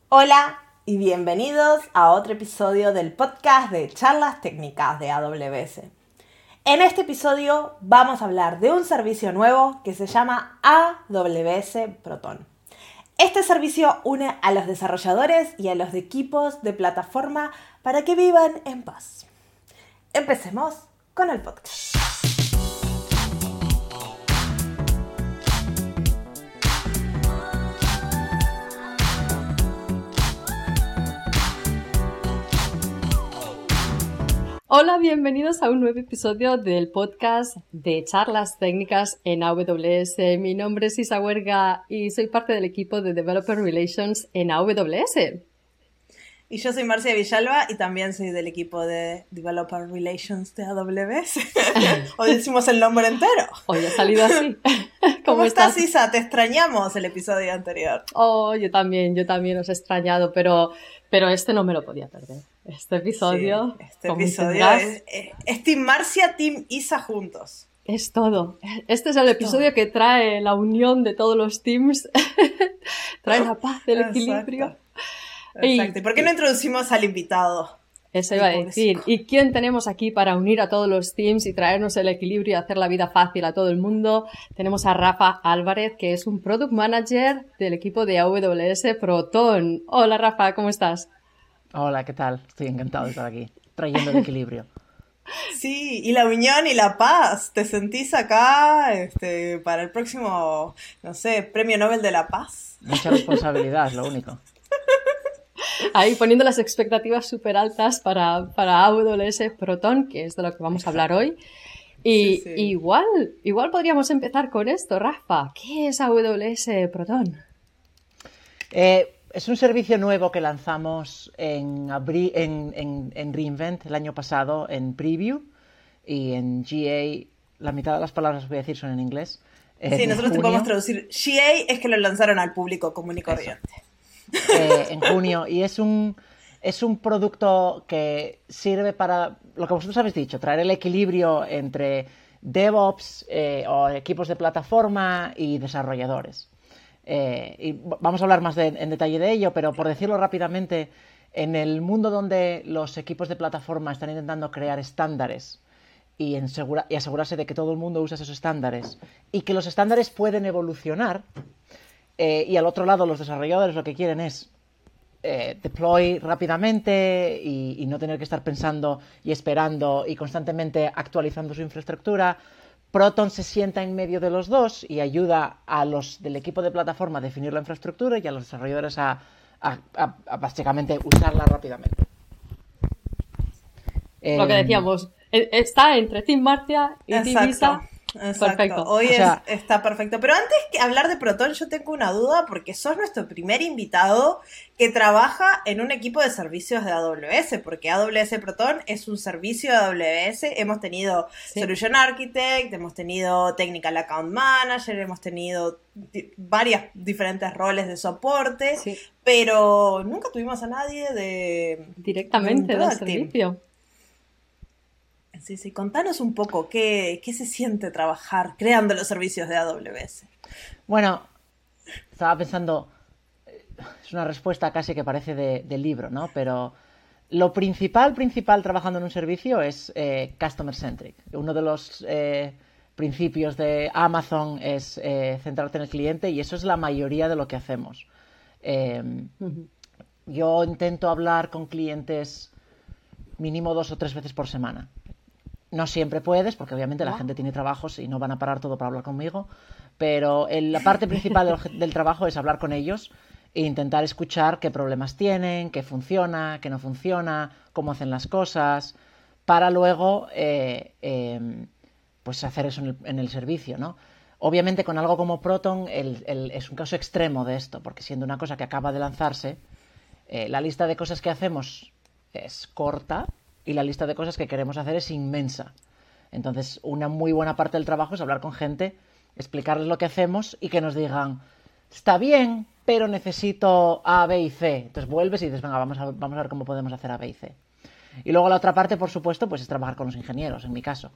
Hola y bienvenidos a otro episodio del podcast de charlas técnicas de AWS. En este episodio vamos a hablar de un servicio nuevo que se llama AWS Proton. Este servicio une a los desarrolladores y a los equipos de plataforma para que vivan en paz. Empecemos con el podcast. Hola, bienvenidos a un nuevo episodio del podcast de charlas técnicas en AWS. Mi nombre es Isa Huerga y soy parte del equipo de Developer Relations en AWS. Y yo soy Marcia Villalba y también soy del equipo de Developer Relations de AWS. Hoy decimos el nombre entero. Hoy ha salido así. ¿Cómo estás, Isa? Te extrañamos el episodio anterior. Oh, yo también os he extrañado, pero este no me lo podía perder. Este episodio, sí, este episodio es Team Marcia, Team Isa juntos. Es todo. Este es el episodio que trae la unión de todos los teams, trae la paz, el equilibrio. Exacto. ¿Y por qué no introducimos al invitado? Eso iba a decir. ¿Y quién tenemos aquí para unir a todos los teams y traernos el equilibrio y hacer la vida fácil a todo el mundo? Tenemos a Rafa Álvarez, que es un Product Manager del equipo de AWS Proton. Hola, Rafa, ¿cómo estás? Hola, ¿qué tal? Estoy encantado de estar aquí, trayendo el equilibrio. Sí, y la unión y la paz. ¿Te sentís acá para el próximo, no sé, Premio Nobel de la Paz? Mucha responsabilidad, es lo único. Ahí poniendo las expectativas súper altas para AWS Proton, que es de lo que vamos a hablar hoy. Y sí. Igual podríamos empezar con esto, Rafa. ¿Qué es AWS Proton? Es un servicio nuevo que lanzamos en reInvent el año pasado, en Preview, y en GA, la mitad de las palabras que voy a decir son en inglés. Sí, nosotros te podemos traducir. GA es que lo lanzaron al público común y corriente. En junio, y es un producto que sirve para lo que vosotros habéis dicho, traer el equilibrio entre DevOps o equipos de plataforma y desarrolladores. Y vamos a hablar más en detalle de ello, pero por decirlo rápidamente, en el mundo donde los equipos de plataforma están intentando crear estándares y asegurarse de que todo el mundo usa esos estándares y que los estándares pueden evolucionar, y al otro lado los desarrolladores lo que quieren es deploy rápidamente y no tener que estar pensando y esperando y constantemente actualizando su infraestructura. Proton se sienta en medio de los dos y ayuda a los del equipo de plataforma a definir la infraestructura y a los desarrolladores a básicamente usarla rápidamente. Lo que decíamos, está entre Team Marcia y Team Isa. Exacto. Perfecto. Hoy está perfecto. Pero antes que hablar de Proton, yo tengo una duda porque sos nuestro primer invitado que trabaja en un equipo de servicios de AWS, porque AWS Proton es un servicio de AWS. Hemos tenido Solution Architect, hemos tenido Technical Account Manager, hemos tenido varias diferentes roles de soporte, pero nunca tuvimos a nadie directamente del servicio. Sí, contanos un poco qué se siente trabajar creando los servicios de AWS. Bueno, estaba pensando, es una respuesta casi que parece de libro, ¿no? Pero lo principal trabajando en un servicio es customer centric. Uno de los principios de Amazon es centrarte en el cliente y eso es la mayoría de lo que hacemos. Yo intento hablar con clientes mínimo 2 o 3 veces por semana. No siempre puedes, porque obviamente la gente tiene trabajos y no van a parar todo para hablar conmigo, pero la parte principal del trabajo es hablar con ellos e intentar escuchar qué problemas tienen, qué funciona, qué no funciona, cómo hacen las cosas, para luego pues hacer eso en el servicio, ¿no? Obviamente con algo como Proton es un caso extremo de esto, porque siendo una cosa que acaba de lanzarse, la lista de cosas que hacemos es corta, y la lista de cosas que queremos hacer es inmensa. Entonces, una muy buena parte del trabajo es hablar con gente, explicarles lo que hacemos y que nos digan, está bien, pero necesito A, B y C. Entonces vuelves y dices, venga, vamos a ver cómo podemos hacer A, B y C. Y luego la otra parte, por supuesto, pues es trabajar con los ingenieros, en mi caso.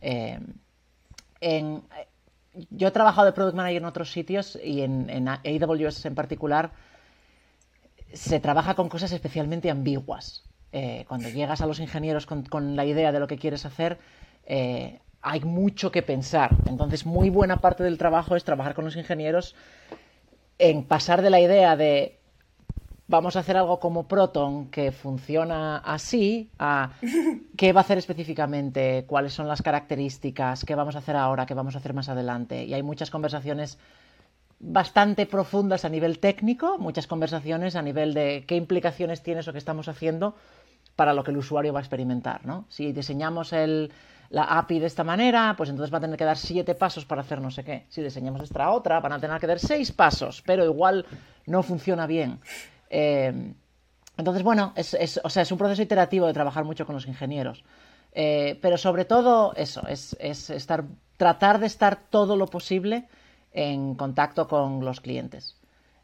Yo he trabajado de Product Manager en otros sitios y en AWS en particular se trabaja con cosas especialmente ambiguas. Cuando llegas a los ingenieros con la idea de lo que quieres hacer, hay mucho que pensar. Entonces, muy buena parte del trabajo es trabajar con los ingenieros en pasar de la idea de vamos a hacer algo como Proton que funciona así a qué va a hacer específicamente, cuáles son las características, qué vamos a hacer ahora, qué vamos a hacer más adelante. Y hay muchas conversaciones bastante profundas a nivel técnico, muchas conversaciones a nivel de qué implicaciones tiene eso que estamos haciendo para lo que el usuario va a experimentar, ¿no? Si diseñamos la API de esta manera, pues entonces va a tener que dar 7 pasos para hacer no sé qué. Si diseñamos esta otra, van a tener que dar 6 pasos, pero igual no funciona bien. Entonces, bueno, o sea, es un proceso iterativo de trabajar mucho con los ingenieros. Pero sobre todo eso, es tratar de estar todo lo posible en contacto con los clientes.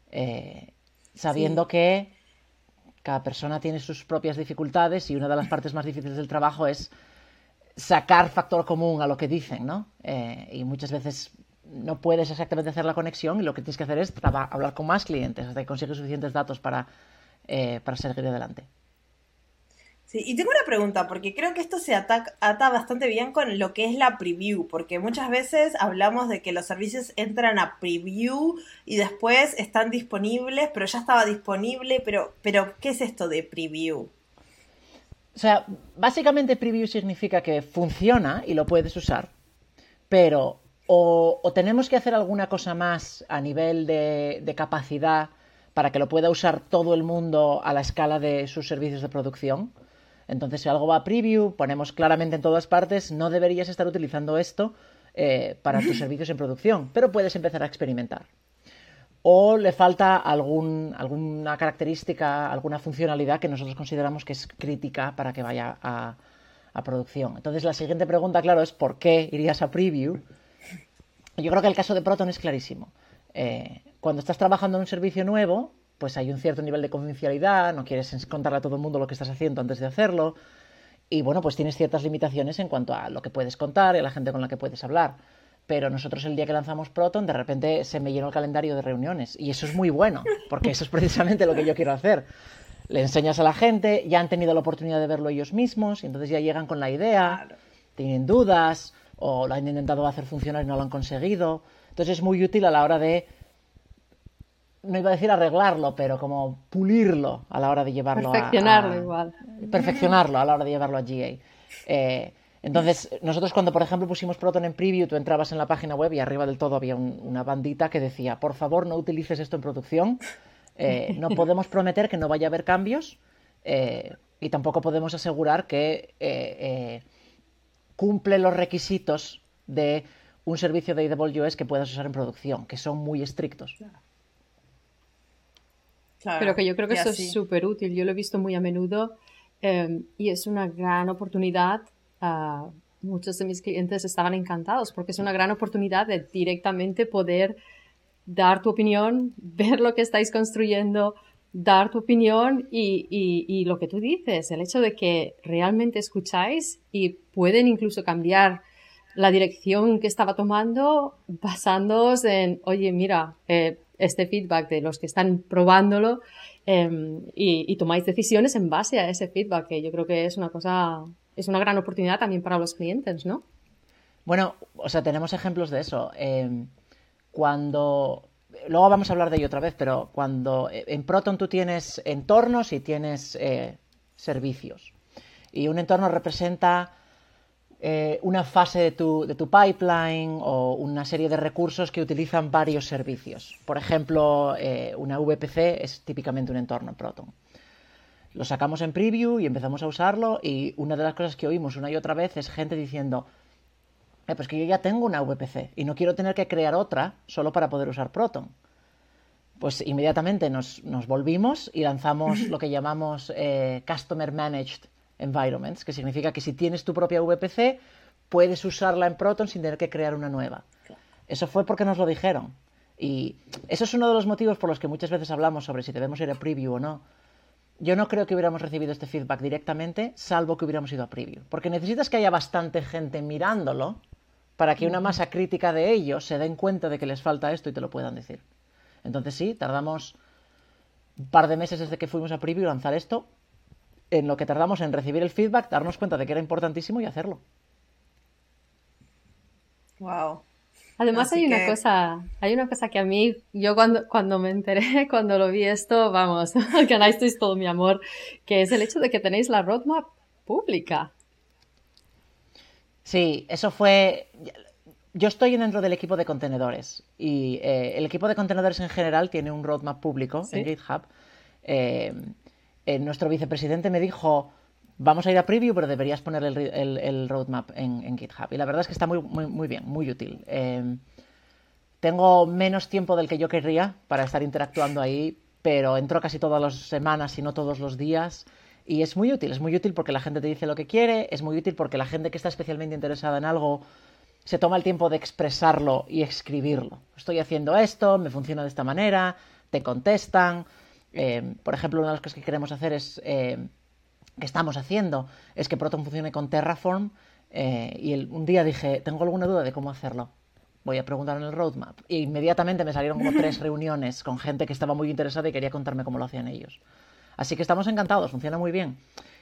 Sabiendo que cada persona tiene sus propias dificultades y una de las partes más difíciles del trabajo es sacar factor común a lo que dicen, ¿no? Y muchas veces no puedes exactamente hacer la conexión y lo que tienes que hacer es hablar con más clientes hasta que consigues suficientes datos para seguir adelante. Sí, y tengo una pregunta, porque creo que esto se ata bastante bien con lo que es la preview, porque muchas veces hablamos de que los servicios entran a preview y después están disponibles, pero ya estaba disponible, pero ¿qué es esto de preview? O sea, básicamente preview significa que funciona y lo puedes usar, pero o tenemos que hacer alguna cosa más a nivel de capacidad para que lo pueda usar todo el mundo a la escala de sus servicios de producción. Entonces, si algo va a preview, ponemos claramente en todas partes, no deberías estar utilizando esto para tus servicios en producción, pero puedes empezar a experimentar. O le falta alguna característica, alguna funcionalidad que nosotros consideramos que es crítica para que vaya a producción. Entonces, la siguiente pregunta, claro, es ¿por qué irías a preview? Yo creo que el caso de Proton es clarísimo. Cuando estás trabajando en un servicio nuevo, pues hay un cierto nivel de confidencialidad, no quieres contarle a todo el mundo lo que estás haciendo antes de hacerlo, y bueno, pues tienes ciertas limitaciones en cuanto a lo que puedes contar y a la gente con la que puedes hablar. Pero nosotros el día que lanzamos Proton, de repente se me llenó el calendario de reuniones, y eso es muy bueno, porque eso es precisamente lo que yo quiero hacer. Le enseñas a la gente, ya han tenido la oportunidad de verlo ellos mismos, y entonces ya llegan con la idea, tienen dudas, o lo han intentado hacer funcionar y no lo han conseguido. Entonces es muy útil a la hora de, no iba a decir arreglarlo, pero como pulirlo a la hora de llevarlo perfeccionarlo a la hora de llevarlo a GA. Entonces, nosotros cuando, por ejemplo, pusimos Proton en preview, tú entrabas en la página web y arriba del todo había una bandita que decía, por favor, no utilices esto en producción, no podemos prometer que no vaya a haber cambios y tampoco podemos asegurar que cumple los requisitos de un servicio de AWS que puedas usar en producción, que son muy estrictos. Claro, pero que yo creo que eso es súper útil. Yo lo he visto muy a menudo y es una gran oportunidad. Muchos de mis clientes estaban encantados porque es una gran oportunidad de directamente poder dar tu opinión, ver lo que estáis construyendo, dar tu opinión y lo que tú dices, el hecho de que realmente escucháis y pueden incluso cambiar la dirección que estaba tomando basándoos en, oye, mira, este feedback de los que están probándolo y tomáis decisiones en base a ese feedback, que yo creo que es es una gran oportunidad también para los clientes, ¿no? Bueno, o sea, tenemos ejemplos de eso. Luego vamos a hablar de ello otra vez, pero cuando en Proton tú tienes entornos y tienes servicios. Y un entorno representa una fase de tu pipeline o una serie de recursos que utilizan varios servicios. Por ejemplo, una VPC es típicamente un entorno en Proton. Lo sacamos en preview y empezamos a usarlo y una de las cosas que oímos una y otra vez es gente diciendo pues que yo ya tengo una VPC y no quiero tener que crear otra solo para poder usar Proton. Pues inmediatamente nos volvimos y lanzamos lo que llamamos Customer Managed Environments, que significa que si tienes tu propia VPC, puedes usarla en Proton sin tener que crear una nueva. Eso fue porque nos lo dijeron. Y eso es uno de los motivos por los que muchas veces hablamos sobre si debemos ir a preview o no. Yo no creo que hubiéramos recibido este feedback directamente, salvo que hubiéramos ido a preview. Porque necesitas que haya bastante gente mirándolo para que una masa crítica de ellos se den cuenta de que les falta esto y te lo puedan decir. Entonces sí, tardamos un par de meses desde que fuimos a Preview lanzar esto, en lo que tardamos en recibir el feedback, darnos cuenta de que era importantísimo y hacerlo. Wow. Además hay una cosa que a mí, yo cuando me enteré, cuando lo vi esto, vamos, ganasteis todo mi amor, que es el hecho de que tenéis la roadmap pública. Sí, eso fue... Yo estoy dentro del equipo de contenedores y el equipo de contenedores en general tiene un roadmap público en GitHub. Nuestro vicepresidente me dijo, vamos a ir a Preview, pero deberías poner el roadmap en GitHub. Y la verdad es que está muy bien, muy útil. Tengo menos tiempo del que yo querría para estar interactuando ahí, pero entro casi todas las semanas, si no todos los días. Y es muy útil porque la gente te dice lo que quiere, es muy útil porque la gente que está especialmente interesada en algo se toma el tiempo de expresarlo y escribirlo. Estoy haciendo esto, me funciona de esta manera, te contestan. Por ejemplo, una de las cosas que queremos hacer que estamos haciendo, es que Proton funcione con Terraform. Un día dije, tengo alguna duda de cómo hacerlo. Voy a preguntar en el roadmap. Y inmediatamente me salieron como 3 reuniones con gente que estaba muy interesada y quería contarme cómo lo hacían ellos. Así que estamos encantados, funciona muy bien.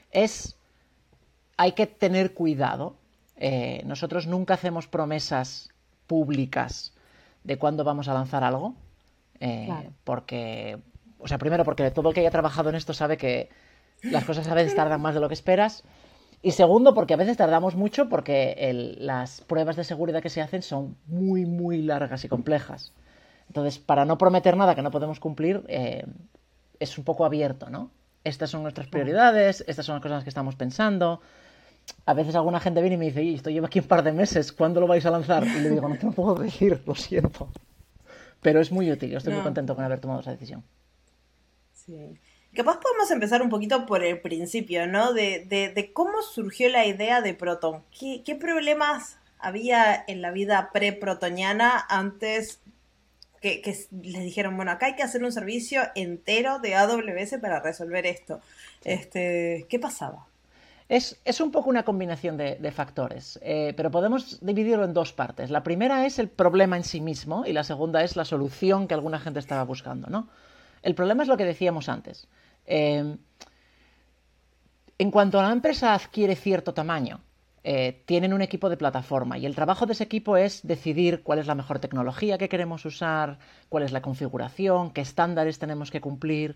Hay que tener cuidado. Nosotros nunca hacemos promesas públicas de cuándo vamos a lanzar algo. Claro. Primero porque todo el que haya trabajado en esto sabe que las cosas a veces tardan más de lo que esperas. Y segundo, porque a veces tardamos mucho porque las pruebas de seguridad que se hacen son muy, muy largas y complejas. Entonces, para no prometer nada que no podemos cumplir, es un poco abierto, ¿no? Estas son nuestras prioridades, estas son las cosas que estamos pensando. A veces alguna gente viene y me dice, esto lleva aquí un par de meses, ¿cuándo lo vais a lanzar? Y le digo, no te lo puedo decir, lo siento. Pero es muy útil, yo estoy muy contento con haber tomado esa decisión. Sí. Capaz podemos empezar un poquito por el principio, ¿no? De cómo surgió la idea de Proton. ¿Qué problemas había en la vida pre-protoniana antes que les dijeron, bueno, acá hay que hacer un servicio entero de AWS para resolver esto? ¿Qué pasaba? Es un poco una combinación de factores, pero podemos dividirlo en 2 partes. La primera es el problema en sí mismo y la segunda es la solución que alguna gente estaba buscando, ¿no? El problema es lo que decíamos antes. En cuanto a la empresa adquiere cierto tamaño, tienen un equipo de plataforma y el trabajo de ese equipo es decidir cuál es la mejor tecnología que queremos usar, cuál es la configuración, qué estándares tenemos que cumplir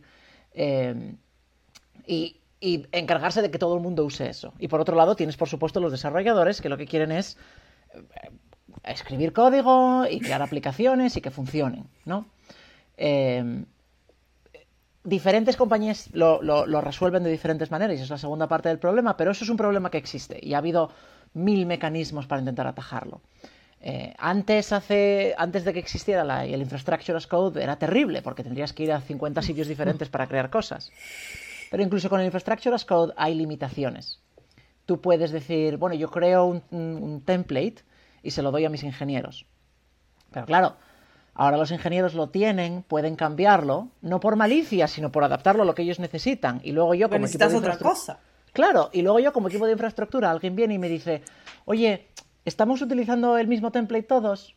y encargarse de que todo el mundo use eso. Y por otro lado tienes por supuesto los desarrolladores que lo que quieren es escribir código y crear aplicaciones y que funcionen, ¿no? Diferentes compañías lo resuelven de diferentes maneras y esa es la segunda parte del problema, pero eso es un problema que existe y ha habido 1000 mecanismos para intentar atajarlo. Antes de que existiera el Infrastructure as Code era terrible porque tendrías que ir a 50 sitios diferentes para crear cosas. Pero incluso con el Infrastructure as Code hay limitaciones. Tú puedes decir, bueno, yo creo un template y se lo doy a mis ingenieros. Pero claro, ahora los ingenieros lo tienen, pueden cambiarlo, no por malicia, sino por adaptarlo a lo que ellos necesitan. Y luego yo como equipo de otra cosa. Claro, y luego yo como equipo de infraestructura, alguien viene y me dice, oye, ¿estamos utilizando el mismo template todos?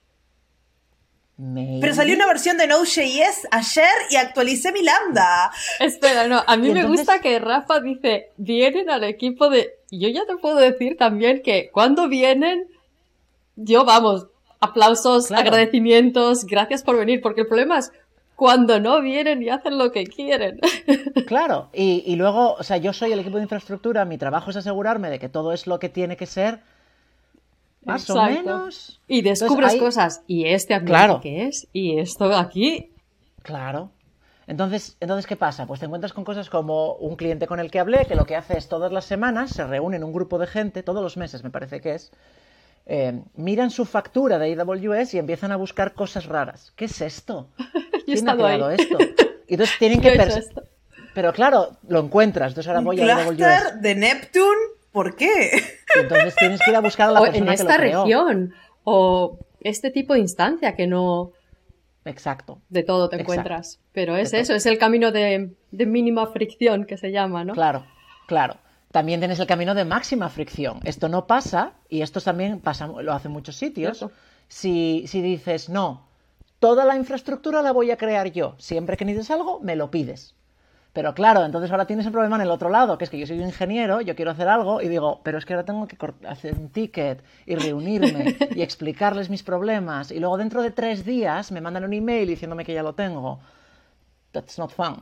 Pero salió una versión de Node.js ayer y actualicé mi Lambda. Espera, no, a mí me gusta que Rafa dice, vienen al equipo de... Yo ya te puedo decir también que cuando vienen, yo vamos, aplausos, claro, agradecimientos, gracias por venir, porque el problema es cuando no vienen y hacen lo que quieren. Claro, y luego, o sea, yo soy el equipo de infraestructura, mi trabajo es asegurarme de que todo es lo que tiene que ser. Más o menos. Y descubres cosas. ¿Y este ambiente claro, qué es? ¿Y esto aquí? Claro. Entonces, ¿qué pasa? Pues te encuentras con cosas como un cliente con el que hablé, que lo que hace es todas las semanas, se reúnen un grupo de gente, todos los meses me parece que es, miran su factura de AWS y empiezan a buscar cosas raras. ¿Qué es esto? ¿Quién ha creado esto? Y entonces tienen que... Pero claro, lo encuentras. Entonces ahora voy a AWS. ¿Un clúster de Neptune? ¿Por qué? Entonces tienes que ir a buscar a la persona que lo creó. En esta región, o este tipo de instancia que no... Exacto. De todo te encuentras. Pero es eso, es el camino de mínima fricción que se llama, ¿no? Claro, claro. También tienes el camino de máxima fricción. Esto no pasa, y esto también pasa, lo hacen muchos sitios, si dices, no, toda la infraestructura la voy a crear yo. Siempre que necesites algo, me lo pides. Pero claro, entonces ahora tienes el problema en el otro lado, que es que yo soy un ingeniero, yo quiero hacer algo y digo, pero es que ahora tengo que hacer un ticket y reunirme y explicarles mis problemas y luego dentro de 3 días me mandan un email diciéndome que ya lo tengo. That's not fun.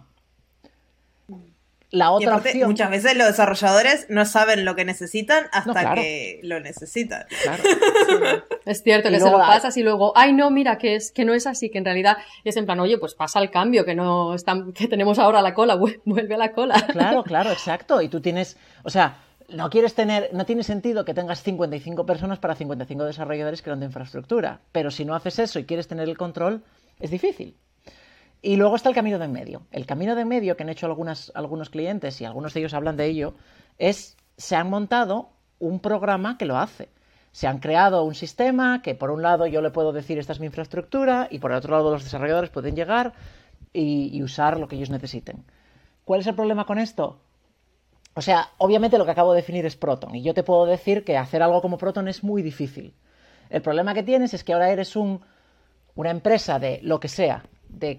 La Y otra aparte, opción... muchas veces los desarrolladores no saben lo que necesitan hasta No, claro. que lo necesitan. Claro. Es cierto Y que se luego lo pasas y luego, ay no, mira, que no es así, que en realidad es en plan, oye, pues pasa el cambio, que tenemos ahora la cola, vuelve a la cola. Claro, exacto. Y tú tienes, o sea, no tiene sentido que tengas 55 personas para 55 desarrolladores creando infraestructura. Pero si no haces eso y quieres tener el control, es difícil. Y luego está el camino de en medio. El camino de en medio que han hecho algunos clientes, y algunos de ellos hablan de ello, se han montado un programa que lo hace. Se han creado un sistema que por un lado yo le puedo decir esta es mi infraestructura y por el otro lado los desarrolladores pueden llegar y usar lo que ellos necesiten. ¿Cuál es el problema con esto? O sea, obviamente lo que acabo de definir es Proton y yo te puedo decir que hacer algo como Proton es muy difícil. El problema que tienes es que ahora eres una empresa de lo que sea, de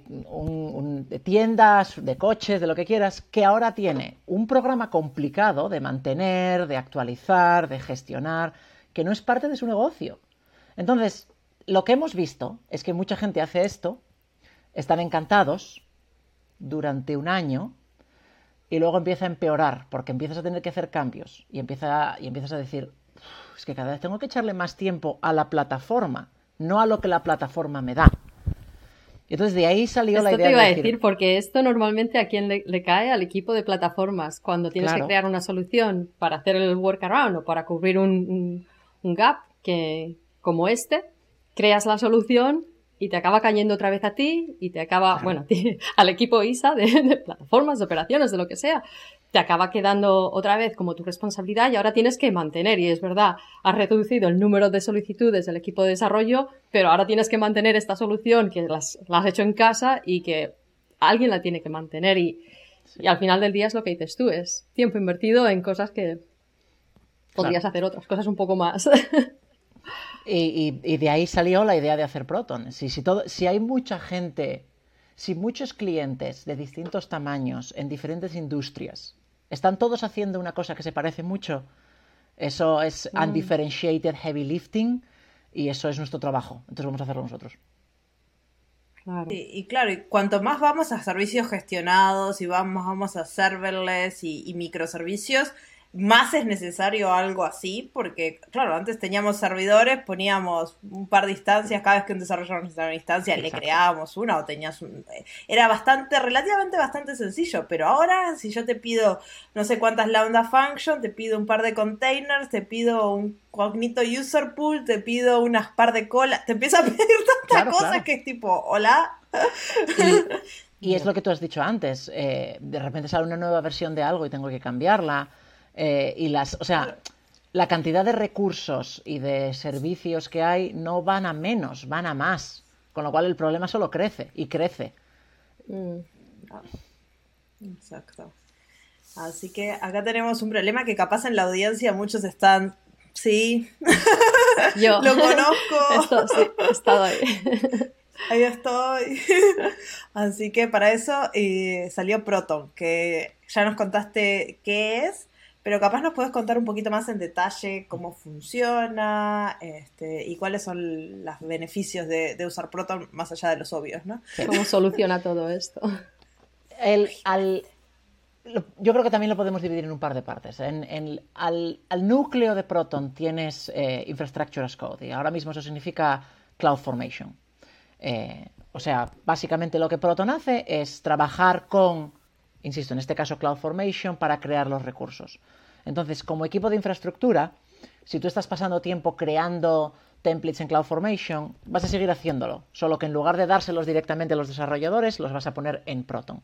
tiendas, de coches, de lo que quieras, que ahora tiene un programa complicado de mantener, de actualizar, de gestionar, que no es parte de su negocio. Entonces, lo que hemos visto es que mucha gente hace esto, están encantados durante un año y luego empieza a empeorar porque empiezas a tener que hacer cambios y empiezas a decir, es que cada vez tengo que echarle más tiempo a la plataforma, no a lo que la plataforma me da. Y entonces de ahí salió la idea de Esto te iba a decir, porque esto normalmente a quien le cae al equipo de plataformas, cuando tienes que crear una solución para hacer el workaround o para cubrir un gap como creas la solución y te acaba cayendo otra vez a ti y te acaba, al equipo ISA de plataformas, de operaciones, de lo que sea, te acaba quedando otra vez como tu responsabilidad y ahora tienes que mantener, y es verdad, has reducido el número de solicitudes del equipo de desarrollo, pero ahora tienes que mantener esta solución que la has hecho en casa y que alguien la tiene que mantener y al final del día es lo que dices tú, es tiempo invertido en cosas que podrías hacer otras cosas un poco más. Y de ahí salió la idea de hacer Proton. Si hay mucha gente, si muchos clientes de distintos tamaños en diferentes industrias están todos haciendo una cosa que se parece mucho, eso es undifferentiated heavy lifting y eso es nuestro trabajo. Entonces vamos a hacerlo nosotros. Claro. Y claro, y cuanto más vamos a servicios gestionados y vamos a serverless y microservicios, más es necesario algo así, porque claro, antes teníamos servidores, poníamos un par de instancias, cada vez que un desarrollador necesitaba una instancia, Exacto. Le creábamos una o tenías era relativamente bastante sencillo, pero ahora si yo te pido no sé cuántas lambda function, te pido un par de containers, te pido un cognito user pool, te pido unas par de colas, te empieza a pedir tantas cosas que es tipo, hola. Y es lo que tú has dicho antes, de repente sale una nueva versión de algo y tengo que cambiarla. La cantidad de recursos y de servicios que hay no van a menos, van a más, con lo cual el problema solo crece y crece. Exacto. Así que acá tenemos un problema que capaz en la audiencia muchos están, sí, yo lo conozco. Sí, he estado ahí. Ahí estoy. Así que para eso salió Proton, que ya nos contaste qué es. Pero capaz nos puedes contar un poquito más en detalle cómo funciona y cuáles son los beneficios de usar Proton más allá de los obvios, ¿no? Sí. ¿Cómo soluciona todo esto? Yo creo que también lo podemos dividir en un par de partes. Al núcleo de Proton tienes Infrastructure as Code y ahora mismo eso significa CloudFormation. Básicamente lo que Proton hace es trabajar con, insisto, en este caso CloudFormation, para crear los recursos. Entonces, como equipo de infraestructura, si tú estás pasando tiempo creando templates en CloudFormation, vas a seguir haciéndolo, solo que en lugar de dárselos directamente a los desarrolladores, los vas a poner en Proton.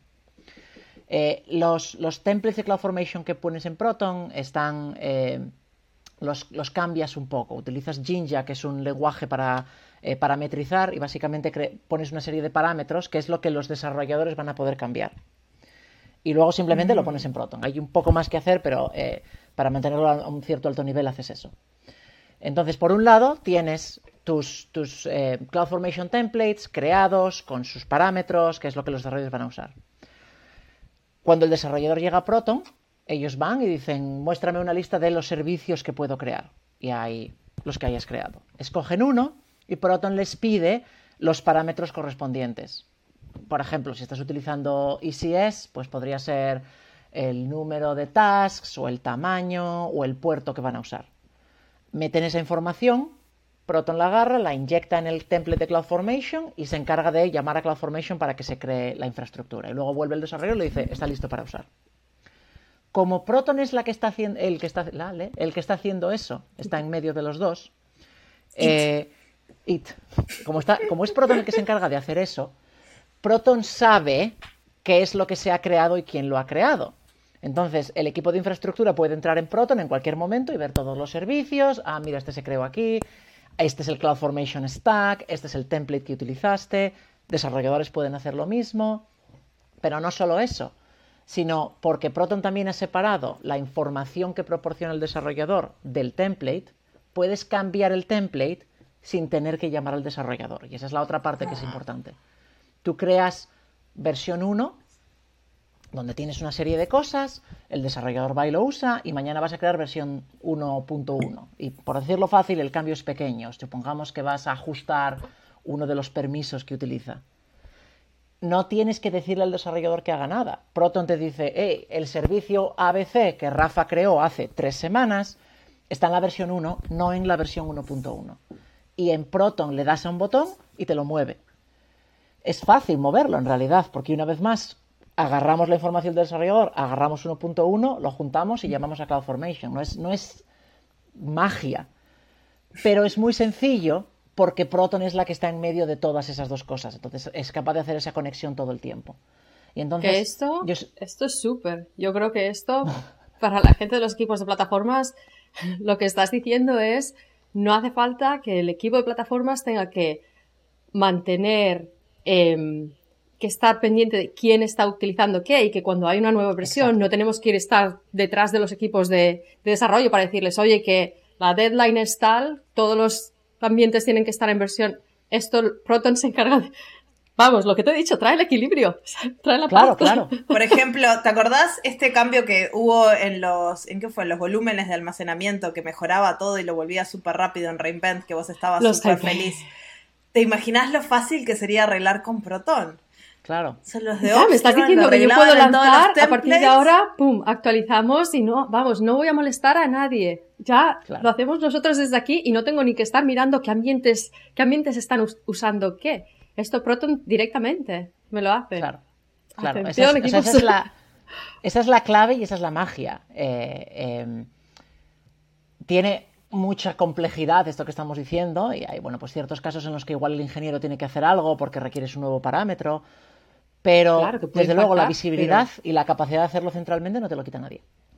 Los templates de CloudFormation que pones en Proton están... los cambias un poco. Utilizas Jinja, que es un lenguaje para parametrizar, y básicamente pones una serie de parámetros, que es lo que los desarrolladores van a poder cambiar. Y luego simplemente lo pones en Proton. Hay un poco más que hacer, pero para mantenerlo a un cierto alto nivel haces eso. Entonces, por un lado, tienes tus CloudFormation templates creados con sus parámetros, que es lo que los desarrolladores van a usar. Cuando el desarrollador llega a Proton, ellos van y dicen, muéstrame una lista de los servicios que puedo crear. Y hay los que hayas creado. Escogen uno y Proton les pide los parámetros correspondientes. Por ejemplo, si estás utilizando ECS, pues podría ser el número de tasks o el tamaño o el puerto que van a usar. Meten esa información, Proton la agarra, la inyecta en el template de CloudFormation y se encarga de llamar a CloudFormation para que se cree la infraestructura. Y luego vuelve el desarrollador y le dice, está listo para usar. Como Proton es el que está haciendo eso, está en medio de los dos, como es Proton el que se encarga de hacer eso, Proton sabe qué es lo que se ha creado y quién lo ha creado. Entonces, el equipo de infraestructura puede entrar en Proton en cualquier momento y ver todos los servicios. Ah, mira, este se creó aquí, este es el CloudFormation Stack, este es el template que utilizaste. Desarrolladores pueden hacer lo mismo, pero no solo eso, sino porque Proton también ha separado la información que proporciona el desarrollador del template, puedes cambiar el template sin tener que llamar al desarrollador. Y esa es la otra parte que es importante. Tú creas versión 1, donde tienes una serie de cosas, el desarrollador va y lo usa, y mañana vas a crear versión 1.1. Y por decirlo fácil, el cambio es pequeño. Supongamos que vas a ajustar uno de los permisos que utiliza. No tienes que decirle al desarrollador que haga nada. Proton te dice, el servicio ABC que Rafa creó hace 3 semanas está en la versión 1, no en la versión 1.1. Y en Proton le das a un botón y te lo mueve. Es fácil moverlo en realidad, porque una vez más agarramos la información del desarrollador, agarramos 1.1, lo juntamos y llamamos a CloudFormation. No es magia, pero es muy sencillo porque Proton es la que está en medio de todas esas dos cosas. Entonces es capaz de hacer esa conexión todo el tiempo. Y entonces, que esto es súper. Yo creo que esto, para la gente de los equipos de plataformas, lo que estás diciendo es, no hace falta que el equipo de plataformas tenga que mantener, que estar pendiente de quién está utilizando qué, y que cuando hay una nueva versión Exacto. no tenemos que ir a estar detrás de los equipos de desarrollo para decirles, oye, que la deadline es tal, todos los ambientes tienen que estar en versión. Esto Proton se encarga de... Vamos, lo que te he dicho, trae el equilibrio, trae la paz. Claro. Por ejemplo, ¿te acordás este cambio que hubo ¿en qué fue? En los volúmenes de almacenamiento, que mejoraba todo y lo volvía súper rápido en Reinvent, que vos estabas súper feliz? ¿Te imaginás lo fácil que sería arreglar con Proton? Claro. Son los de Ya, me estás diciendo que yo puedo lanzar, a partir de ahora, pum, actualizamos y no voy a molestar a nadie. Ya Claro. lo hacemos nosotros desde aquí y no tengo ni que estar mirando qué ambientes están usando qué. Esto Proton directamente me lo hace. Claro. Atención, Esa es la clave y esa es la magia. Tiene mucha complejidad esto que estamos diciendo y hay, pues ciertos casos en los que igual el ingeniero tiene que hacer algo porque requieres un nuevo parámetro, pero Claro, que puede desde luego la impactar, visibilidad y la capacidad de hacerlo centralmente no te lo quita nadie.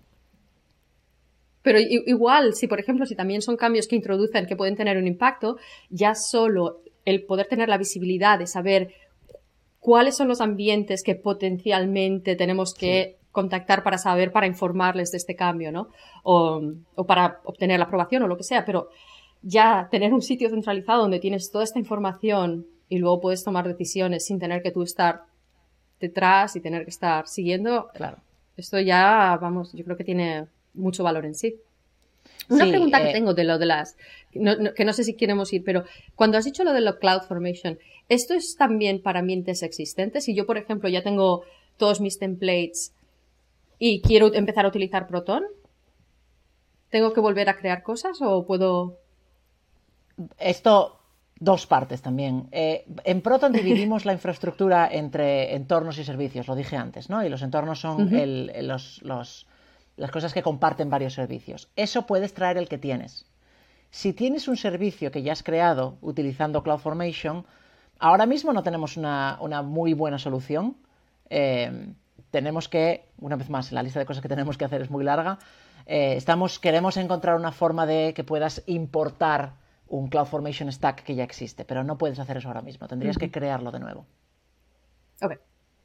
Pero igual, si por ejemplo, si también son cambios que introducen que pueden tener un impacto, ya solo el poder tener la visibilidad de saber cuáles son los ambientes que potencialmente tenemos que contactar para informarles de este cambio, ¿no? O para obtener la aprobación o lo que sea, pero ya tener un sitio centralizado donde tienes toda esta información y luego puedes tomar decisiones sin tener que tú estar detrás y tener que estar siguiendo. Claro. Esto ya, yo creo que tiene mucho valor en sí. Una pregunta que tengo de lo de las... que no sé si queremos ir, pero cuando has dicho lo de la CloudFormation, ¿esto es también para ambientes existentes? Si yo, por ejemplo, ya tengo todos mis templates y quiero empezar a utilizar Proton, ¿tengo que volver a crear cosas o puedo...? Esto, dos partes también. En Proton dividimos la infraestructura entre entornos y servicios, lo dije antes, ¿no? Y los entornos son las cosas que comparten varios servicios. Eso puedes traer el que tienes. Si tienes un servicio que ya has creado utilizando CloudFormation, ahora mismo no tenemos una muy buena solución. Tenemos que, una vez más, la lista de cosas que tenemos que hacer es muy larga. Queremos encontrar una forma de que puedas importar un CloudFormation Stack que ya existe, pero no puedes hacer eso ahora mismo. Tendrías que crearlo de nuevo. Ok.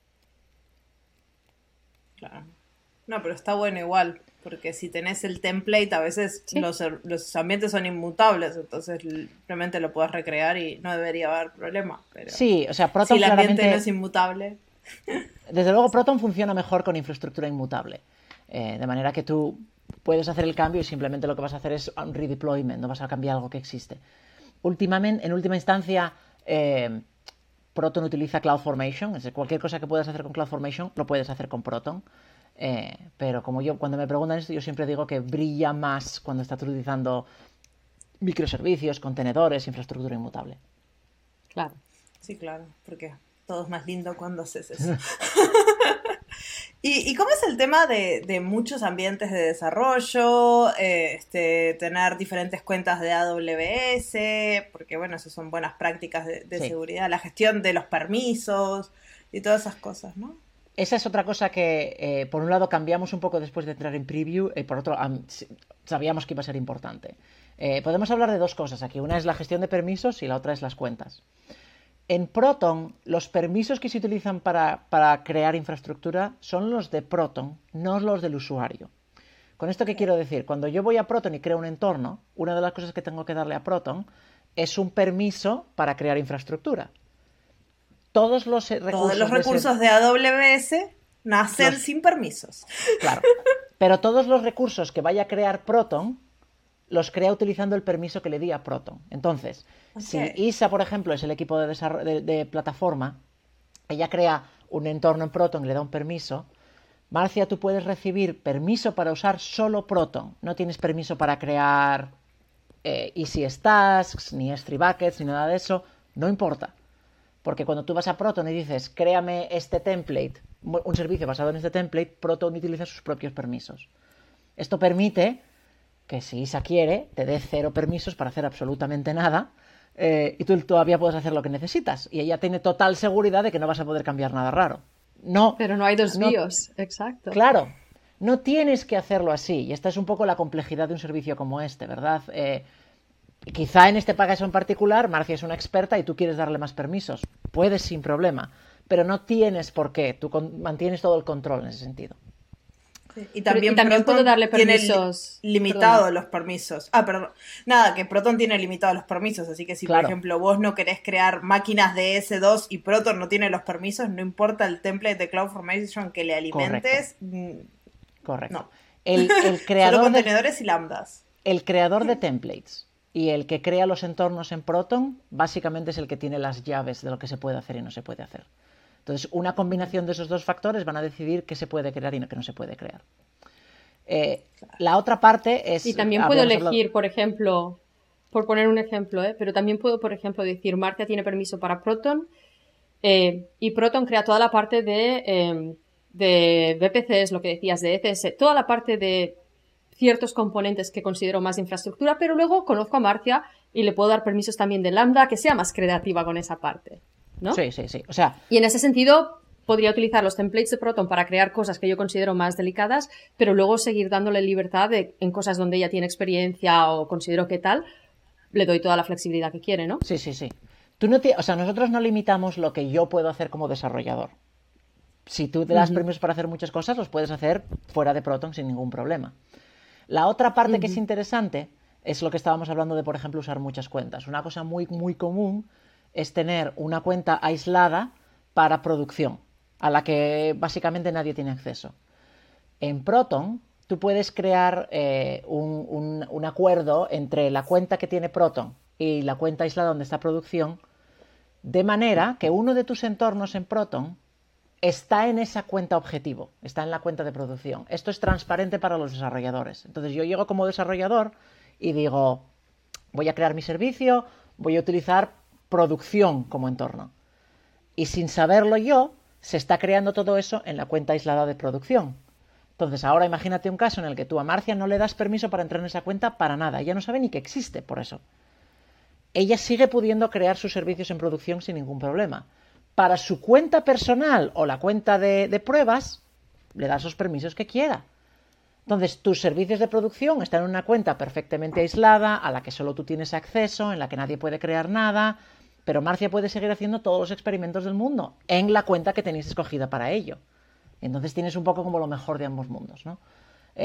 Claro. No, pero está bueno igual, porque si tenés el template, a veces los ambientes son inmutables, entonces simplemente lo puedes recrear y no debería haber problema. Pero sí, o sea, Proton si el ambiente claramente no es inmutable... Desde luego, Proton funciona mejor con infraestructura inmutable. De manera que tú puedes hacer el cambio y simplemente lo que vas a hacer es un redeployment, no vas a cambiar algo que existe. En última instancia, Proton utiliza CloudFormation, es decir, cualquier cosa que puedas hacer con CloudFormation lo puedes hacer con Proton. Pero cuando me preguntan esto, yo siempre digo que brilla más cuando estás utilizando microservicios, contenedores, infraestructura inmutable. Claro. Sí, claro, porque todo es más lindo cuando haces eso. ¿Y cómo es el tema de muchos ambientes de desarrollo, tener diferentes cuentas de AWS? Porque, bueno, esas son buenas prácticas de Sí. seguridad, la gestión de los permisos y todas esas cosas, ¿no? Esa es otra cosa que, por un lado, cambiamos un poco después de entrar en preview y por otro, sabíamos que iba a ser importante. Podemos hablar de dos cosas aquí. Una es la gestión de permisos y la otra es las cuentas. En Proton, los permisos que se utilizan para crear infraestructura son los de Proton, no los del usuario. ¿Con esto qué quiero decir? Cuando yo voy a Proton y creo un entorno, una de las cosas que tengo que darle a Proton es un permiso para crear infraestructura. Todos los recursos de AWS nacen sin permisos. Claro. Pero todos los recursos que vaya a crear Proton los crea utilizando el permiso que le di a Proton. Entonces, si Isa, por ejemplo, es el equipo de plataforma, ella crea un entorno en Proton y le da un permiso. Marcia, tú puedes recibir permiso para usar solo Proton. No tienes permiso para crear ECS Tasks, ni S3 Buckets, ni nada de eso. No importa. Porque cuando tú vas a Proton y dices, créame este template, un servicio basado en este template, Proton utiliza sus propios permisos. Esto permite que si Isa quiere, te dé 0 permisos para hacer absolutamente nada y tú todavía puedes hacer lo que necesitas. Y ella tiene total seguridad de que no vas a poder cambiar nada raro. No. Pero no hay dos BIOS, exacto. Claro, no tienes que hacerlo así. Y esta es un poco la complejidad de un servicio como este, ¿verdad? Quizá en este caso en particular, Marcia es una experta y tú quieres darle más permisos. Puedes sin problema, pero no tienes por qué. Tú mantienes todo el control en ese sentido. Sí. Y también puedo darle permisos. Tiene limitado los permisos. Perdón. Nada, que Proton tiene limitados los permisos. Así que si, por ejemplo, vos no querés crear máquinas de S2 y Proton no tiene los permisos, no importa el template de CloudFormation que le alimentes. Correcto. No. El creador solo contenedores y lambdas. El creador de templates y el que crea los entornos en Proton básicamente es el que tiene las llaves de lo que se puede hacer y no se puede hacer. Entonces, una combinación de esos dos factores van a decidir qué se puede crear y qué no se puede crear. La otra parte es... Y también puedo elegir, por ejemplo, por poner un ejemplo, pero también puedo, por ejemplo, decir, Marcia tiene permiso para Proton y Proton crea toda la parte de VPCs, lo que decías, de ECS, toda la parte de ciertos componentes que considero más infraestructura, pero luego conozco a Marcia y le puedo dar permisos también de Lambda, que sea más creativa con esa parte, ¿no? Sí. O sea, y en ese sentido podría utilizar los templates de Proton para crear cosas que yo considero más delicadas, pero luego seguir dándole libertad en cosas donde ella tiene experiencia o considero que tal, le doy toda la flexibilidad que quiere, ¿no? Sí. Nosotros no limitamos lo que yo puedo hacer como desarrollador. Si tú te das permisos para hacer muchas cosas, los puedes hacer fuera de Proton sin ningún problema. La otra parte que es interesante es lo que estábamos hablando de, por ejemplo, usar muchas cuentas. Una cosa muy, muy común es tener una cuenta aislada para producción, a la que básicamente nadie tiene acceso. En Proton, tú puedes crear un acuerdo entre la cuenta que tiene Proton y la cuenta aislada donde está producción, de manera que uno de tus entornos en Proton está en esa cuenta objetivo, está en la cuenta de producción. Esto es transparente para los desarrolladores. Entonces yo llego como desarrollador y digo, voy a crear mi servicio, voy a utilizar producción como entorno. Y sin saberlo yo, se está creando todo eso en la cuenta aislada de producción. Entonces ahora imagínate un caso en el que tú a Marcia no le das permiso para entrar en esa cuenta para nada. Ella no sabe ni que existe por eso. Ella sigue pudiendo crear sus servicios en producción sin ningún problema. Para su cuenta personal o la cuenta de pruebas, le das los permisos que quiera. Entonces, tus servicios de producción están en una cuenta perfectamente aislada, a la que solo tú tienes acceso, en la que nadie puede crear nada, pero Marcia puede seguir haciendo todos los experimentos del mundo en la cuenta que tenéis escogida para ello. Entonces tienes un poco como lo mejor de ambos mundos, ¿no?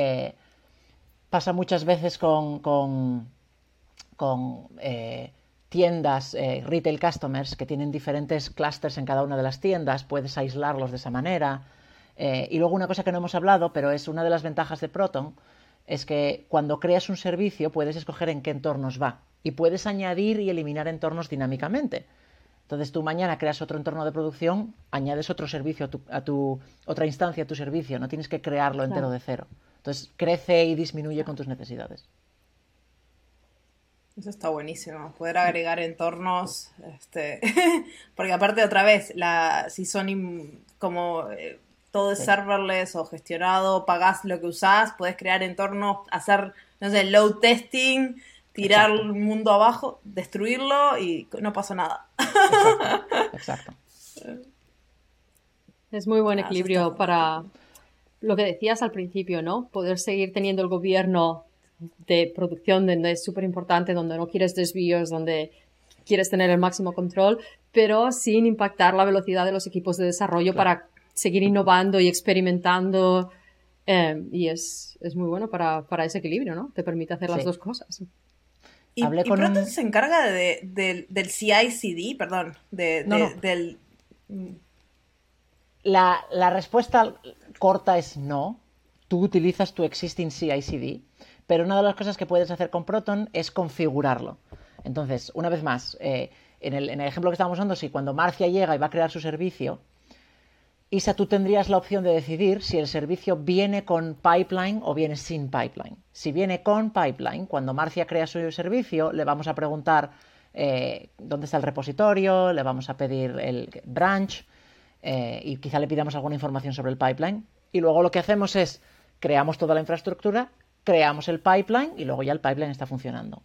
Pasa muchas veces con tiendas, retail customers, que tienen diferentes clusters en cada una de las tiendas, puedes aislarlos de esa manera. Y luego una cosa que no hemos hablado, pero es una de las ventajas de Proton, es que cuando creas un servicio puedes escoger en qué entornos va y puedes añadir y eliminar entornos dinámicamente. Entonces tú mañana creas otro entorno de producción, añades otro servicio otra instancia a tu servicio, no tienes que crearlo entero de cero. Entonces crece y disminuye con tus necesidades. Eso está buenísimo, poder agregar entornos, porque aparte otra vez, si son como todo es serverless o gestionado, pagás lo que usás, podés crear entornos, hacer, no sé, load testing, tirar el mundo abajo, destruirlo y no pasó nada. Exacto. Es muy buen equilibrio para lo que decías al principio, ¿no? Poder seguir teniendo el gobierno de producción donde es súper importante, donde no quieres desvíos, donde quieres tener el máximo control, pero sin impactar la velocidad de los equipos de desarrollo para seguir innovando y experimentando. Y es muy bueno para ese equilibrio, ¿no? Te permite hacer las dos cosas. Y Proton se encarga del CI/CD, perdón, del... La respuesta corta es no. Tú utilizas tu existing CI/CD, pero una de las cosas que puedes hacer con Proton es configurarlo. Entonces, una vez más, en el ejemplo que estábamos usando, si cuando Marcia llega y va a crear su servicio, Isa, tú tendrías la opción de decidir si el servicio viene con pipeline o viene sin pipeline. Si viene con pipeline, cuando Marcia crea su servicio, le vamos a preguntar dónde está el repositorio, le vamos a pedir el branch y quizá le pidamos alguna información sobre el pipeline. Y luego lo que hacemos es, creamos toda la infraestructura, creamos el pipeline y luego ya el pipeline está funcionando.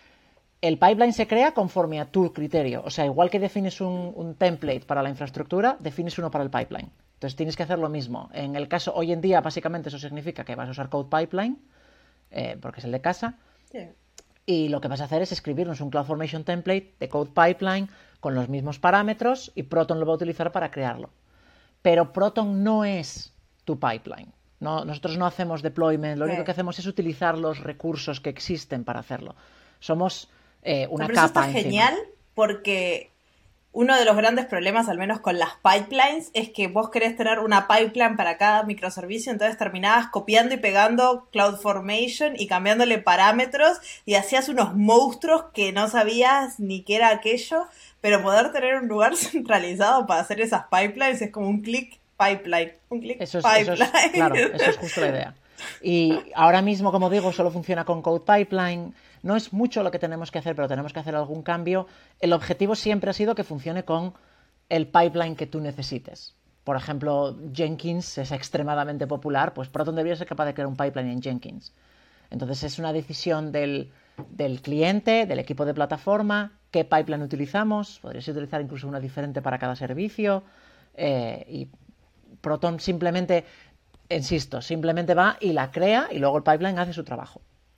El pipeline se crea conforme a tu criterio. O sea, igual que defines un template para la infraestructura, defines uno para el pipeline. Entonces tienes que hacer lo mismo. En el caso, hoy en día, básicamente eso significa que vas a usar Code Pipeline, porque es el de casa. Sí. Y lo que vas a hacer es escribirnos un CloudFormation template de Code Pipeline con los mismos parámetros y Proton lo va a utilizar para crearlo. Pero Proton no es tu pipeline. No, nosotros no hacemos deployment, lo único que hacemos es utilizar los recursos que existen para hacerlo. Somos una pero capa eso está encima. Genial porque uno de los grandes problemas, al menos con las pipelines, es que vos querés tener una pipeline para cada microservicio, entonces terminabas copiando y pegando CloudFormation y cambiándole parámetros y hacías unos monstruos que no sabías ni qué era aquello, pero poder tener un lugar centralizado para hacer esas pipelines es como un clic pipeline, un clic pipeline. Claro, eso es justo la idea. Y ahora mismo, como digo, solo funciona con Code Pipeline. No es mucho lo que tenemos que hacer, pero tenemos que hacer algún cambio. El objetivo siempre ha sido que funcione con el pipeline que tú necesites. Por ejemplo, Jenkins es extremadamente popular, pues Proton debería ser capaz de crear un pipeline en Jenkins. Entonces es una decisión del cliente, del equipo de plataforma, qué pipeline utilizamos. Podrías utilizar incluso una diferente para cada servicio. Y Proton simplemente, insisto, simplemente va y la crea y luego el pipeline hace su trabajo.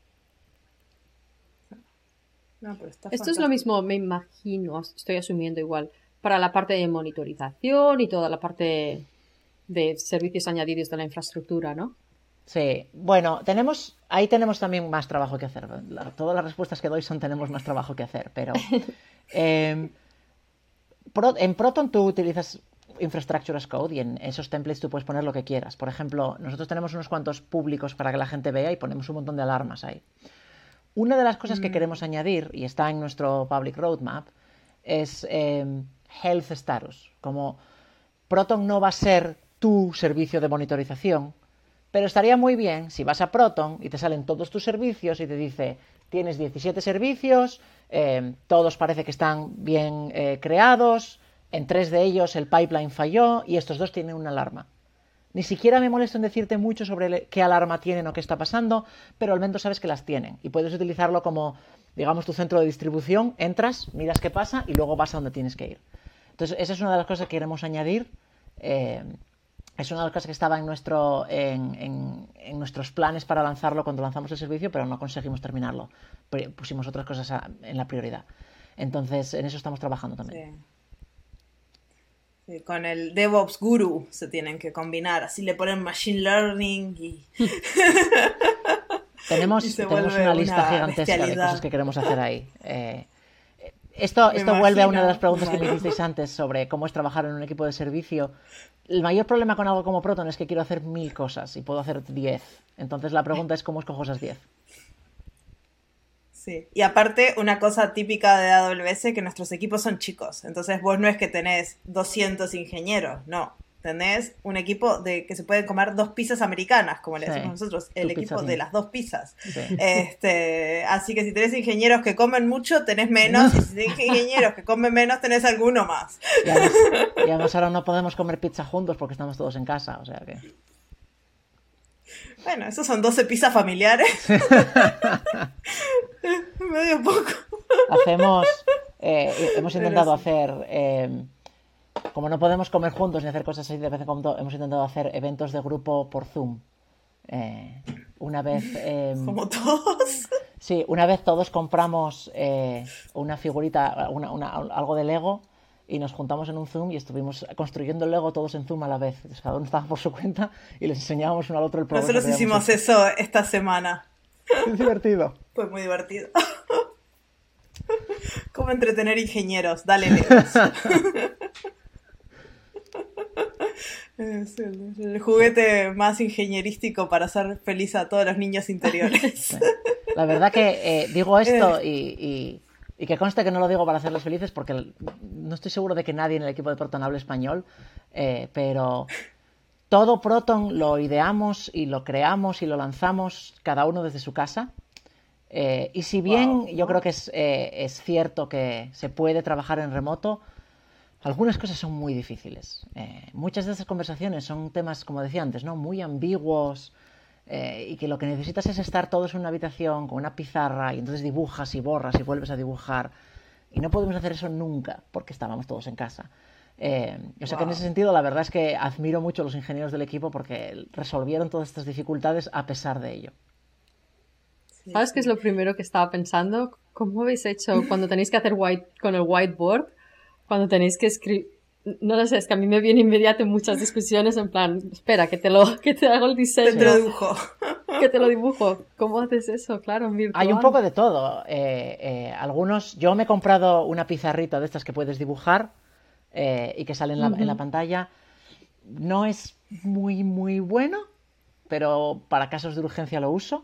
No, esto es lo mismo, me imagino, estoy asumiendo igual, para la parte de monitorización y toda la parte de servicios añadidos de la infraestructura, ¿no? Sí, bueno, ahí tenemos también más trabajo que hacer. Todas las respuestas que doy tenemos más trabajo que hacer, pero en Proton tú utilizas Infrastructure as Code y en esos templates tú puedes poner lo que quieras. Por ejemplo, nosotros tenemos unos cuantos públicos para que la gente vea y ponemos un montón de alarmas ahí. Una de las cosas que queremos añadir, y está en nuestro public roadmap, es health status. Como Proton no va a ser tu servicio de monitorización, pero estaría muy bien si vas a Proton y te salen todos tus servicios y te dice, tienes 17 servicios, todos parece que están bien creados, en 3 de ellos el pipeline falló y estos 2 tienen una alarma. Ni siquiera me molesto en decirte mucho sobre qué alarma tienen o qué está pasando, pero al menos sabes que las tienen y puedes utilizarlo como, digamos, tu centro de distribución. Entras, miras qué pasa y luego vas a donde tienes que ir. Entonces, esa es una de las cosas que queremos añadir. Es una de las cosas que estaba en nuestros planes para lanzarlo cuando lanzamos el servicio, pero no conseguimos terminarlo. Pusimos otras cosas en la prioridad. Entonces, en eso estamos trabajando también. Sí. Sí, con el DevOps Guru se tienen que combinar, así le ponen Machine Learning y... tenemos una lista gigantesca de cosas que queremos hacer ahí. Esto vuelve a una de las imagino. preguntas que me Vale. hicisteis antes sobre cómo es trabajar en un equipo de servicio. El mayor problema con algo como Proton es que quiero hacer 1000 cosas y puedo hacer 10. Entonces la pregunta es cómo escojo esas 10. Sí. Y aparte, una cosa típica de AWS que nuestros equipos son chicos. Entonces vos no es que tenés 200 ingenieros, no. Tenés un equipo de que se pueden comer 2 pizzas americanas, como le Sí, decimos nosotros, el 2 equipo pizzas de in. las 2 pizzas. Sí. Así que si tenés ingenieros que comen mucho, tenés menos. Y si tenés ingenieros que comen menos, tenés alguno más. Y además ahora no podemos comer pizza juntos porque estamos todos en casa, o sea que... Bueno, esos son 12 pizzas familiares. Medio poco. Hemos intentado hacer, como no podemos comer juntos ni hacer cosas así de vez en cuando, hemos intentado hacer eventos de grupo por Zoom. Una vez... Como todos. Sí, una vez todos compramos una figurita, algo de Lego y nos juntamos en un Zoom y estuvimos construyendo el Lego todos en Zoom a la vez. Entonces, cada uno estaba por su cuenta y les enseñábamos uno al otro el progreso. Nosotros que habíamos hicimos eso esta semana. hecho. Es divertido. Fue muy divertido. ¿Cómo entretener ingenieros? Dale, Legos. Es el juguete más ingenierístico para hacer feliz a todos los niños interiores. Sí. La verdad que digo esto y que conste que no lo digo para hacerlos felices porque no estoy seguro de que nadie en el equipo de Proton hable español, pero todo Proton lo ideamos y lo creamos y lo lanzamos cada uno desde su casa. Y si bien yo creo que es cierto que se puede trabajar en remoto, algunas cosas son muy difíciles. Muchas de esas conversaciones son temas, como decía antes, ¿no? Muy ambiguos y que lo que necesitas es estar todos en una habitación con una pizarra y entonces dibujas y borras y vuelves a dibujar. Y no podemos hacer eso nunca porque estábamos todos en casa. O sea que en ese sentido la verdad es que admiro mucho a los ingenieros del equipo porque resolvieron todas estas dificultades a pesar de ello. ¿Sabes qué es lo primero que estaba pensando? ¿Cómo habéis hecho cuando tenéis que hacer con el whiteboard? Cuando tenéis que escribir... No lo sé, es que a mí me viene inmediato muchas discusiones en plan, espera, que te hago el diseño. Te lo dibujo. Que te lo dibujo. ¿Cómo haces eso? Claro, en virtual. Hay un poco de todo. Yo me he comprado una pizarrita de estas que puedes dibujar y que sale en la pantalla. No es muy, muy bueno, pero para casos de urgencia lo uso.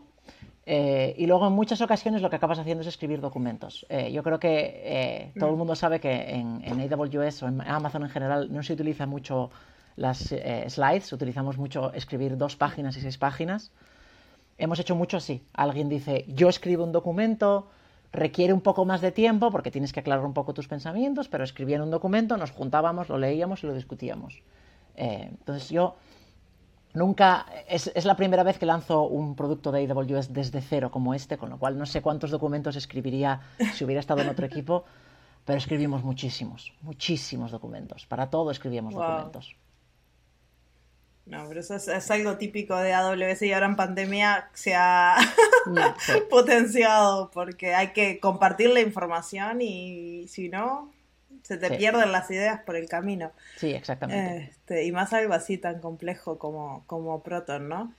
Y luego en muchas ocasiones lo que acabas haciendo es escribir documentos. Yo creo que todo el mundo sabe que en AWS o en Amazon en general no se utiliza mucho las slides, utilizamos mucho escribir 2 páginas y 6 páginas. Hemos hecho mucho así. Alguien dice, yo escribo un documento, requiere un poco más de tiempo porque tienes que aclarar un poco tus pensamientos, pero escribían un documento, nos juntábamos, lo leíamos y lo discutíamos. Entonces yo... Nunca, es la primera vez que lanzo un producto de AWS desde cero como este, con lo cual no sé cuántos documentos escribiría si hubiera estado en otro equipo, pero escribimos muchísimos documentos. Para todo escribíamos documentos. No, pero eso es algo típico de AWS y ahora en pandemia se ha potenciado porque hay que compartir la información y si no... Se te pierden las ideas por el camino. Sí, exactamente. Y más algo así tan complejo como Proton, ¿no?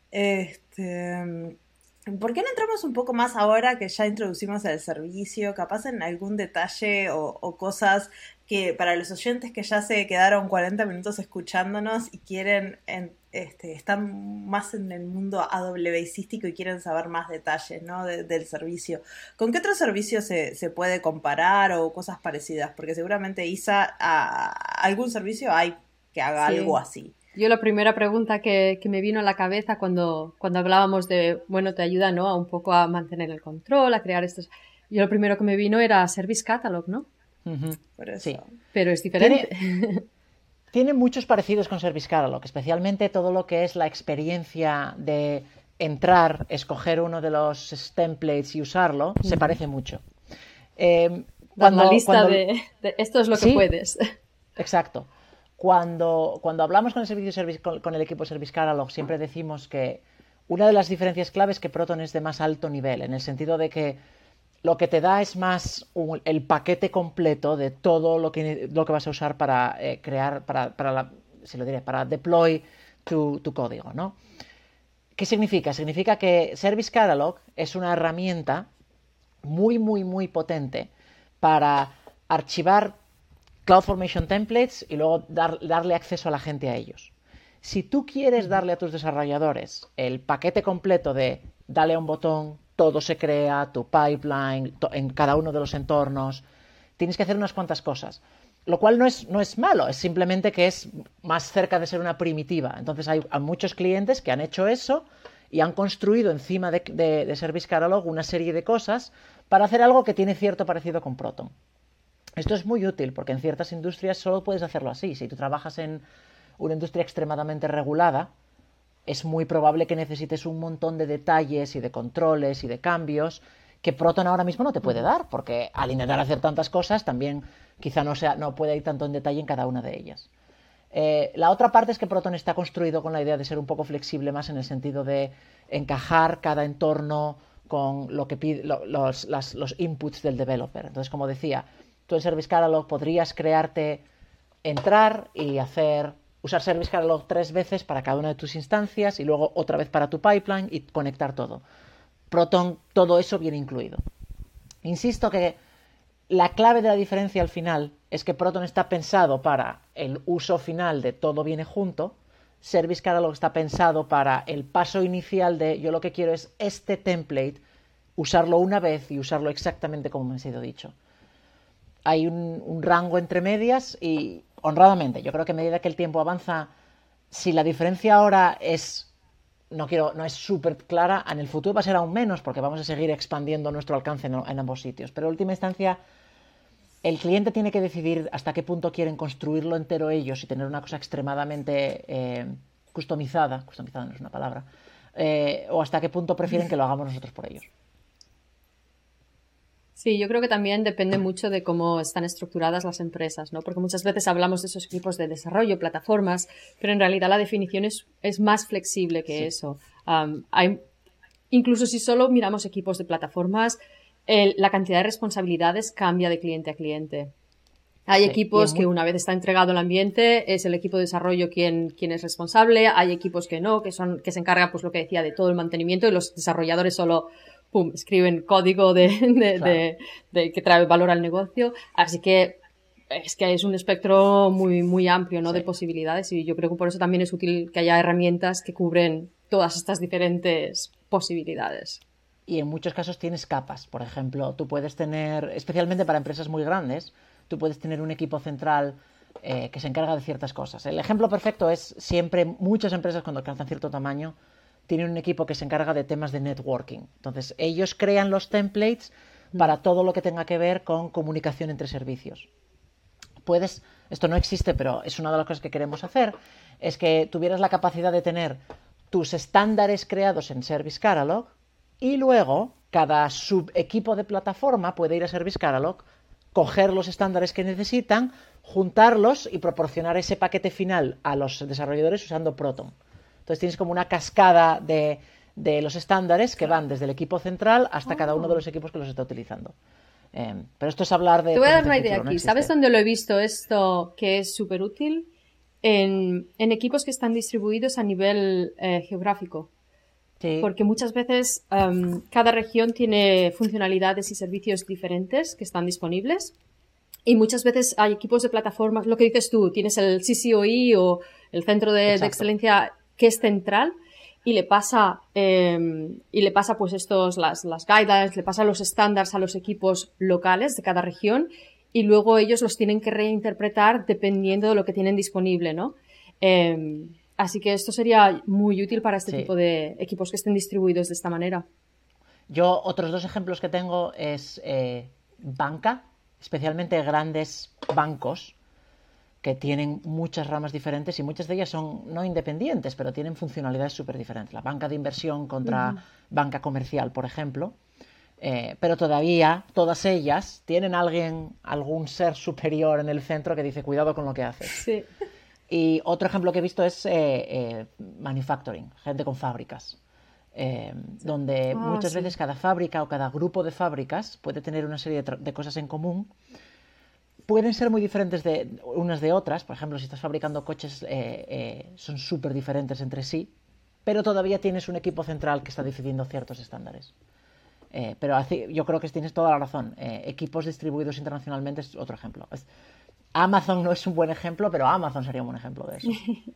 ¿Por qué no entramos un poco más ahora que ya introducimos el servicio? Capaz en algún detalle o cosas que para los oyentes que ya se quedaron 40 minutos escuchándonos y quieren... están más en el mundo AWSístico y quieren saber más detalles, ¿no? del servicio. ¿Con qué otro servicio se puede comparar o cosas parecidas? Porque seguramente algún servicio hay que haga algo así. Yo la primera pregunta que me vino a la cabeza cuando hablábamos de, bueno, te ayuda, ¿no? A un poco a mantener el control, a crear estos... Yo lo primero que me vino era Service Catalog, ¿no? Por eso. Sí. Pero es diferente. Tiene muchos parecidos con Service Catalog, especialmente todo lo que es la experiencia de entrar, escoger uno de los templates y usarlo, se parece mucho. La lista de esto es lo que puedes. Exacto. Cuando hablamos con el equipo Service Catalog, siempre decimos que una de las diferencias claves es que Proton es de más alto nivel, en el sentido de que lo que te da es más el paquete completo de todo lo que vas a usar para crear, para deploy tu código, ¿no? ¿Qué significa? Significa que Service Catalog es una herramienta muy, muy, muy potente para archivar CloudFormation templates y luego darle acceso a la gente a ellos. Si tú quieres darle a tus desarrolladores el paquete completo de dale a un botón, todo se crea, tu pipeline, en cada uno de los entornos, tienes que hacer unas cuantas cosas. Lo cual no es malo, es simplemente que es más cerca de ser una primitiva. Entonces hay muchos clientes que han hecho eso y han construido encima de Service Catalog una serie de cosas para hacer algo que tiene cierto parecido con Proton. Esto es muy útil porque en ciertas industrias solo puedes hacerlo así. Si tú trabajas en una industria extremadamente regulada, es muy probable que necesites un montón de detalles y de controles y de cambios que Proton ahora mismo no te puede dar, porque al intentar hacer tantas cosas también quizá no puede ir tanto en detalle en cada una de ellas. La otra parte es que Proton está construido con la idea de ser un poco flexible más en el sentido de encajar cada entorno con lo que pide, los inputs del developer. Entonces, como decía, tú en Service Catalog podrías entrar y usar Service Catalog 3 veces para cada una de tus instancias y luego otra vez para tu pipeline y conectar todo. Proton, todo eso viene incluido. Insisto que la clave de la diferencia al final es que Proton está pensado para el uso final de todo viene junto. Service Catalog está pensado para el paso inicial de yo lo que quiero es este template, usarlo una vez y usarlo exactamente como me ha sido dicho. Hay un rango entre medias y, honradamente, yo creo que a medida que el tiempo avanza, si la diferencia ahora no es súper clara, en el futuro va a ser aún menos porque vamos a seguir expandiendo nuestro alcance en ambos sitios. Pero en última instancia, el cliente tiene que decidir hasta qué punto quieren construirlo entero ellos y tener una cosa extremadamente customizada no es una palabra, o hasta qué punto prefieren que lo hagamos nosotros por ellos. Sí, yo creo que también depende mucho de cómo están estructuradas las empresas, ¿no? Porque muchas veces hablamos de esos equipos de desarrollo, plataformas, pero en realidad la definición es más flexible que eso. Incluso si solo miramos equipos de plataformas, la cantidad de responsabilidades cambia de cliente a cliente. Hay equipos que una vez está entregado el ambiente, es el equipo de desarrollo quien es responsable. Hay equipos que no, que se encargan, pues lo que decía, de todo el mantenimiento y los desarrolladores solo escriben código que trae valor al negocio. Así que es un espectro muy, muy amplio, ¿no? Sí. De posibilidades, y yo creo que por eso también es útil que haya herramientas que cubren todas estas diferentes posibilidades. Y en muchos casos tienes capas. Por ejemplo, tú puedes tener, especialmente para empresas muy grandes, tú puedes tener un equipo central que se encarga de ciertas cosas. El ejemplo perfecto es siempre muchas empresas cuando alcanzan cierto tamaño tienen un equipo que se encarga de temas de networking. Entonces, ellos crean los templates para todo lo que tenga que ver con comunicación entre servicios. Esto no existe, pero es una de las cosas que queremos hacer, es que tuvieras la capacidad de tener tus estándares creados en Service Catalog y luego cada subequipo de plataforma puede ir a Service Catalog, coger los estándares que necesitan, juntarlos y proporcionar ese paquete final a los desarrolladores usando Proton. Entonces tienes como una cascada de los estándares que van desde el equipo central hasta cada uno de los equipos que los está utilizando. Pero esto es hablar de... Te voy a dar una idea aquí. ¿Sabes dónde lo he visto esto que es súper útil? En equipos que están distribuidos a nivel geográfico. Sí. Porque muchas veces cada región tiene funcionalidades y servicios diferentes que están disponibles. Y muchas veces hay equipos de plataformas, lo que dices tú, tienes el CCOE o el Centro de Excelencia que es central y le pasa pues las guidelines, le pasa los estándares a los equipos locales de cada región y luego ellos los tienen que reinterpretar dependiendo de lo que tienen disponible, ¿no? Así que esto sería muy útil para este tipo de equipos que estén distribuidos de esta manera. Yo, otros dos ejemplos que tengo es banca, especialmente grandes bancos que tienen muchas ramas diferentes y muchas de ellas son no independientes, pero tienen funcionalidades súper diferentes. La banca de inversión contra banca comercial, por ejemplo. Pero todavía todas ellas tienen algún ser superior en el centro que dice cuidado con lo que haces. Sí. Y otro ejemplo que he visto es manufacturing, gente con fábricas, donde muchas veces cada fábrica o cada grupo de fábricas puede tener una serie de cosas en común. Pueden ser muy diferentes unas de otras. Por ejemplo, si estás fabricando coches, son súper diferentes entre sí, pero todavía tienes un equipo central que está decidiendo ciertos estándares. Pero yo creo que tienes toda la razón. Equipos distribuidos internacionalmente es otro ejemplo. Amazon no es un buen ejemplo, pero Amazon sería un buen ejemplo de eso.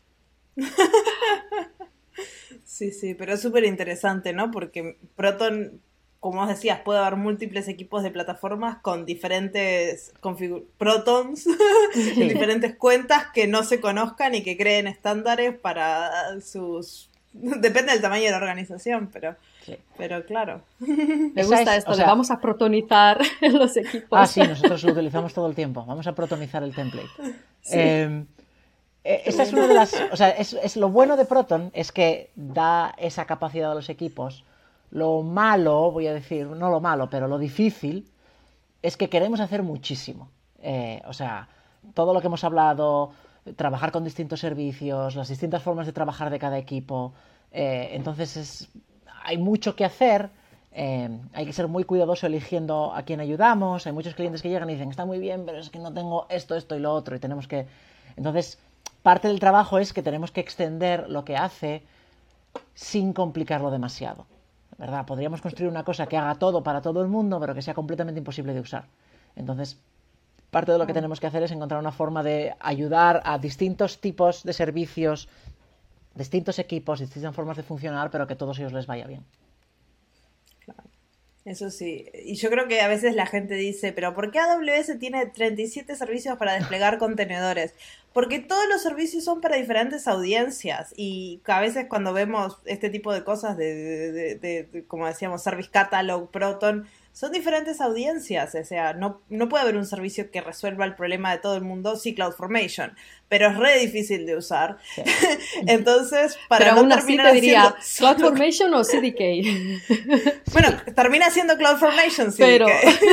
Sí, pero es súper interesante, ¿no? Porque Proton, como vos decías, puede haber múltiples equipos de plataformas con diferentes Protons, en diferentes cuentas que no se conozcan y que creen estándares para sus... Depende del tamaño de la organización, pero claro. Me gusta esto de vamos a protonizar los equipos. Sí, nosotros lo utilizamos todo el tiempo. Vamos a protonizar el template. Sí. Esa es una de las... O sea, es lo bueno de Proton es que da esa capacidad a los equipos. Lo malo, voy a decir, no lo malo, pero lo difícil es que queremos hacer muchísimo. O sea, todo lo que hemos hablado, trabajar con distintos servicios, las distintas formas de trabajar de cada equipo. Entonces hay mucho que hacer. Hay que ser muy cuidadoso eligiendo a quién ayudamos. Hay muchos clientes que llegan y dicen, está muy bien, pero es que no tengo esto y lo otro. Y tenemos que... Entonces, parte del trabajo es que tenemos que extender lo que hace sin complicarlo demasiado. ¿Verdad? Podríamos construir una cosa que haga todo para todo el mundo, pero que sea completamente imposible de usar. Entonces, parte de lo que tenemos que hacer es encontrar una forma de ayudar a distintos tipos de servicios, distintos equipos, distintas formas de funcionar, pero que a todos ellos les vaya bien. Claro. Eso sí, y yo creo que a veces la gente dice, pero ¿por qué AWS tiene 37 servicios para desplegar contenedores? Porque todos los servicios son para diferentes audiencias y a veces cuando vemos este tipo de cosas de como decíamos, Service Catalog, Proton, son diferentes audiencias, o sea, no puede haber un servicio que resuelva el problema de todo el mundo, sí, CloudFormation, pero es re difícil de usar. Sí. Entonces, para pero no aún así terminar te diría, ¿CloudFormation o CDK? Bueno, termina siendo CloudFormation, CDK. Pero...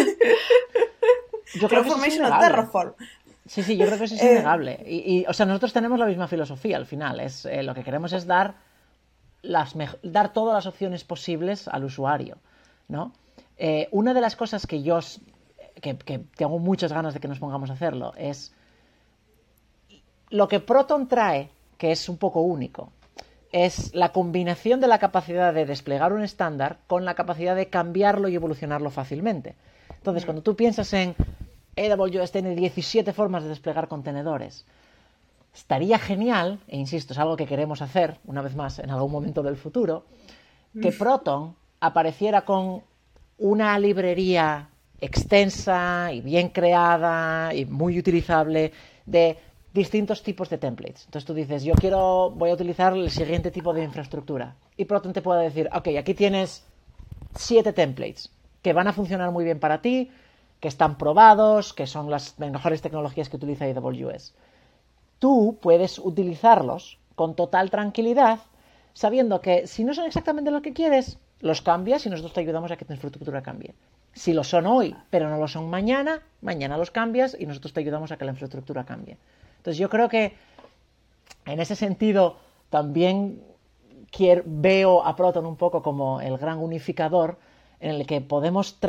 Yo creo CloudFormation o Terraform. Sí, yo creo que eso es innegable. O sea, nosotros tenemos la misma filosofía al final. Lo que queremos es dar todas las opciones posibles al usuario, ¿no? Una de las cosas que tengo muchas ganas de que nos pongamos a hacerlo es lo que Proton trae, que es un poco único, es la combinación de la capacidad de desplegar un estándar con la capacidad de cambiarlo y evolucionarlo fácilmente. Entonces, cuando tú piensas en AWS tiene 17 formas de desplegar contenedores, estaría genial, e insisto, es algo que queremos hacer, una vez más, en algún momento del futuro, que Proton apareciera con una librería extensa y bien creada y muy utilizable de distintos tipos de templates. Entonces tú dices, voy a utilizar el siguiente tipo de infraestructura. Y Proton te puede decir, ok, aquí tienes 7 templates que van a funcionar muy bien para ti, que están probados, que son las mejores tecnologías que utiliza AWS. Tú puedes utilizarlos con total tranquilidad, sabiendo que si no son exactamente lo que quieres, los cambias y nosotros te ayudamos a que tu infraestructura cambie. Si lo son hoy, pero no lo son mañana los cambias y nosotros te ayudamos a que la infraestructura cambie. Entonces yo creo que en ese sentido también veo a Proton un poco como el gran unificador en el que podemos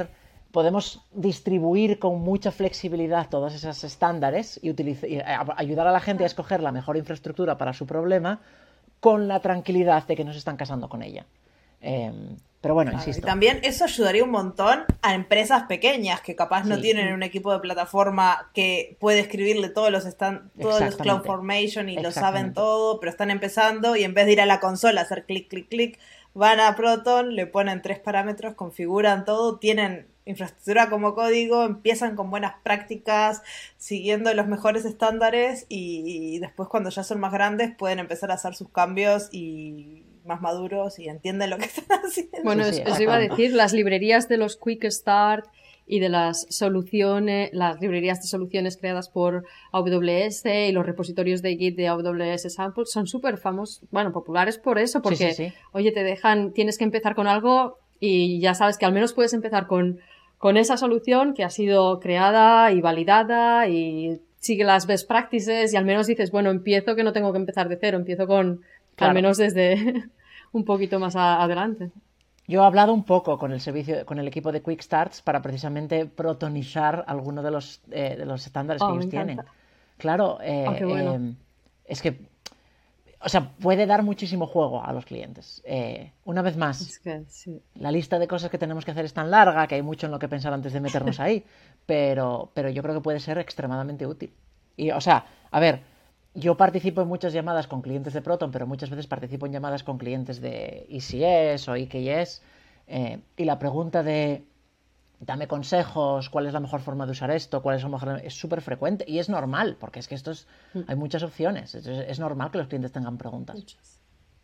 distribuir con mucha flexibilidad todos esos estándares y ayudar a la gente a escoger la mejor infraestructura para su problema con la tranquilidad de que no se están casando con ella. Pero bueno, claro, insisto. Y también eso ayudaría un montón a empresas pequeñas que capaz no tienen un equipo de plataforma que puede escribirle todos los CloudFormation y lo saben todo, pero están empezando y en vez de ir a la consola a hacer clic, clic, clic, van a Proton, le ponen 3 parámetros, configuran todo, tienen infraestructura como código, empiezan con buenas prácticas, siguiendo los mejores estándares y después cuando ya son más grandes pueden empezar a hacer sus cambios y más maduros y entienden lo que están haciendo. Bueno, os iba a decir, las librerías de los Quick Start y de las librerías de soluciones creadas por AWS y los repositorios de Git de AWS Sample son súper famosos, populares por eso, porque, oye, tienes que empezar con algo y ya sabes que al menos puedes empezar con esa solución que ha sido creada y validada y sigue las best practices y al menos dices, bueno, empiezo que no tengo que empezar de cero, empiezo con al menos desde un poquito más adelante. Yo he hablado un poco con el equipo de Quick Starts para precisamente protonizar alguno de los estándares que ellos tienen. Claro, qué bueno. es que O sea, puede dar muchísimo juego a los clientes. Una vez más, Es que, sí. la lista de cosas que tenemos que hacer es tan larga que hay mucho en lo que pensar antes de meternos ahí, pero yo creo que puede ser extremadamente útil. Y, o sea, a ver, yo participo en muchas llamadas con clientes de Proton, pero muchas veces participo en llamadas con clientes de ECS o EKS, y la pregunta de dame consejos, cuál es la mejor forma de usar esto, cuál es lo mejor, es súper frecuente y es normal, porque es que hay muchas opciones, es normal que los clientes tengan preguntas. Muchas.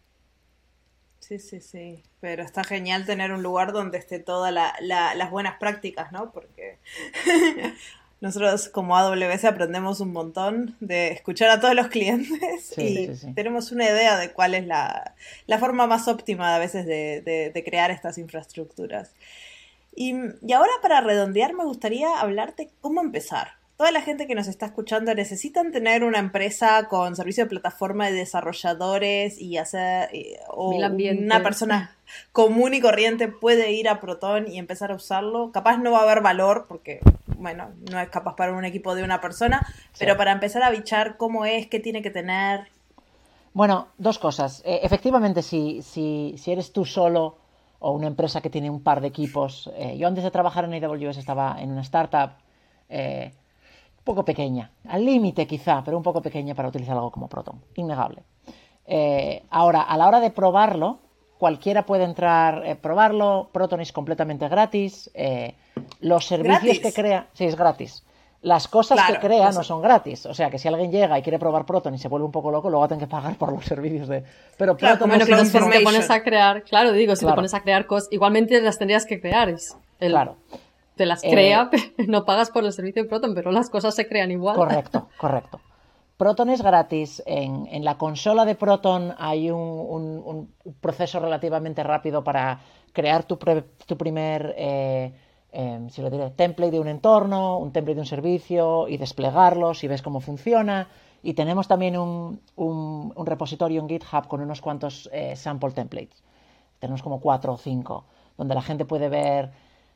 Sí, pero está genial tener un lugar donde esté todas las buenas prácticas, ¿no? Porque nosotros como AWS aprendemos un montón de escuchar a todos los clientes y tenemos una idea de cuál es la forma más óptima a veces de crear estas infraestructuras. Y ahora para redondear me gustaría hablarte cómo empezar. Toda la gente que nos está escuchando necesitan tener una empresa con servicio de plataforma de desarrolladores y hacer o una persona común y corriente puede ir a Proton y empezar a usarlo. Capaz no va a haber valor porque, bueno, no es capaz para un equipo de una persona, pero para empezar a bichar cómo es, qué tiene que tener. Bueno, dos cosas. Efectivamente, si eres tú solo o una empresa que tiene un par de equipos. Yo antes de trabajar en AWS estaba en una startup un poco pequeña, al límite quizá, pero un poco pequeña para utilizar algo como Proton, innegable. Ahora, a la hora de probarlo, cualquiera puede entrar, probarlo. Proton es completamente gratis. Los servicios que crea... Sí, es gratis. Las cosas que crea no son gratis. O sea, que si alguien llega y quiere probar Proton y se vuelve un poco loco, luego va a tener que pagar por los servicios de... Pero Proton pero si te pones a crear... Claro, digo, si te pones a crear cosas... Igualmente las tendrías que crear. Claro. Te las crea, no pagas por el servicio de Proton, pero las cosas se crean igual. Correcto. Proton es gratis. En la consola de Proton hay un proceso relativamente rápido para crear tu primer... si lo diré, template de un entorno, un template de un servicio y desplegarlo si ves cómo funciona. Y tenemos también un repositorio en GitHub con unos cuantos sample templates. Tenemos como 4 o 5, donde la gente puede ver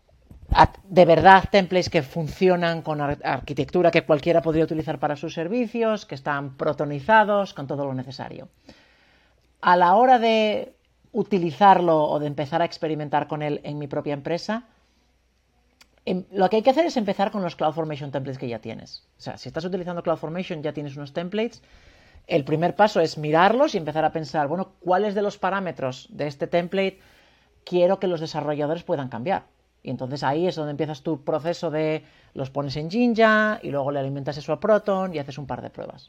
de verdad templates que funcionan con arquitectura que cualquiera podría utilizar para sus servicios, que están protonizados, con todo lo necesario. A la hora de utilizarlo o de empezar a experimentar con él en mi propia empresa, lo que hay que hacer es empezar con los CloudFormation templates que ya tienes. O sea, si estás utilizando CloudFormation, ya tienes unos templates. El primer paso es mirarlos y empezar a pensar, bueno, ¿cuáles de los parámetros de este template quiero que los desarrolladores puedan cambiar? Y entonces ahí es donde empiezas tu proceso de los pones en Jinja y luego le alimentas eso a Proton y haces un par de pruebas.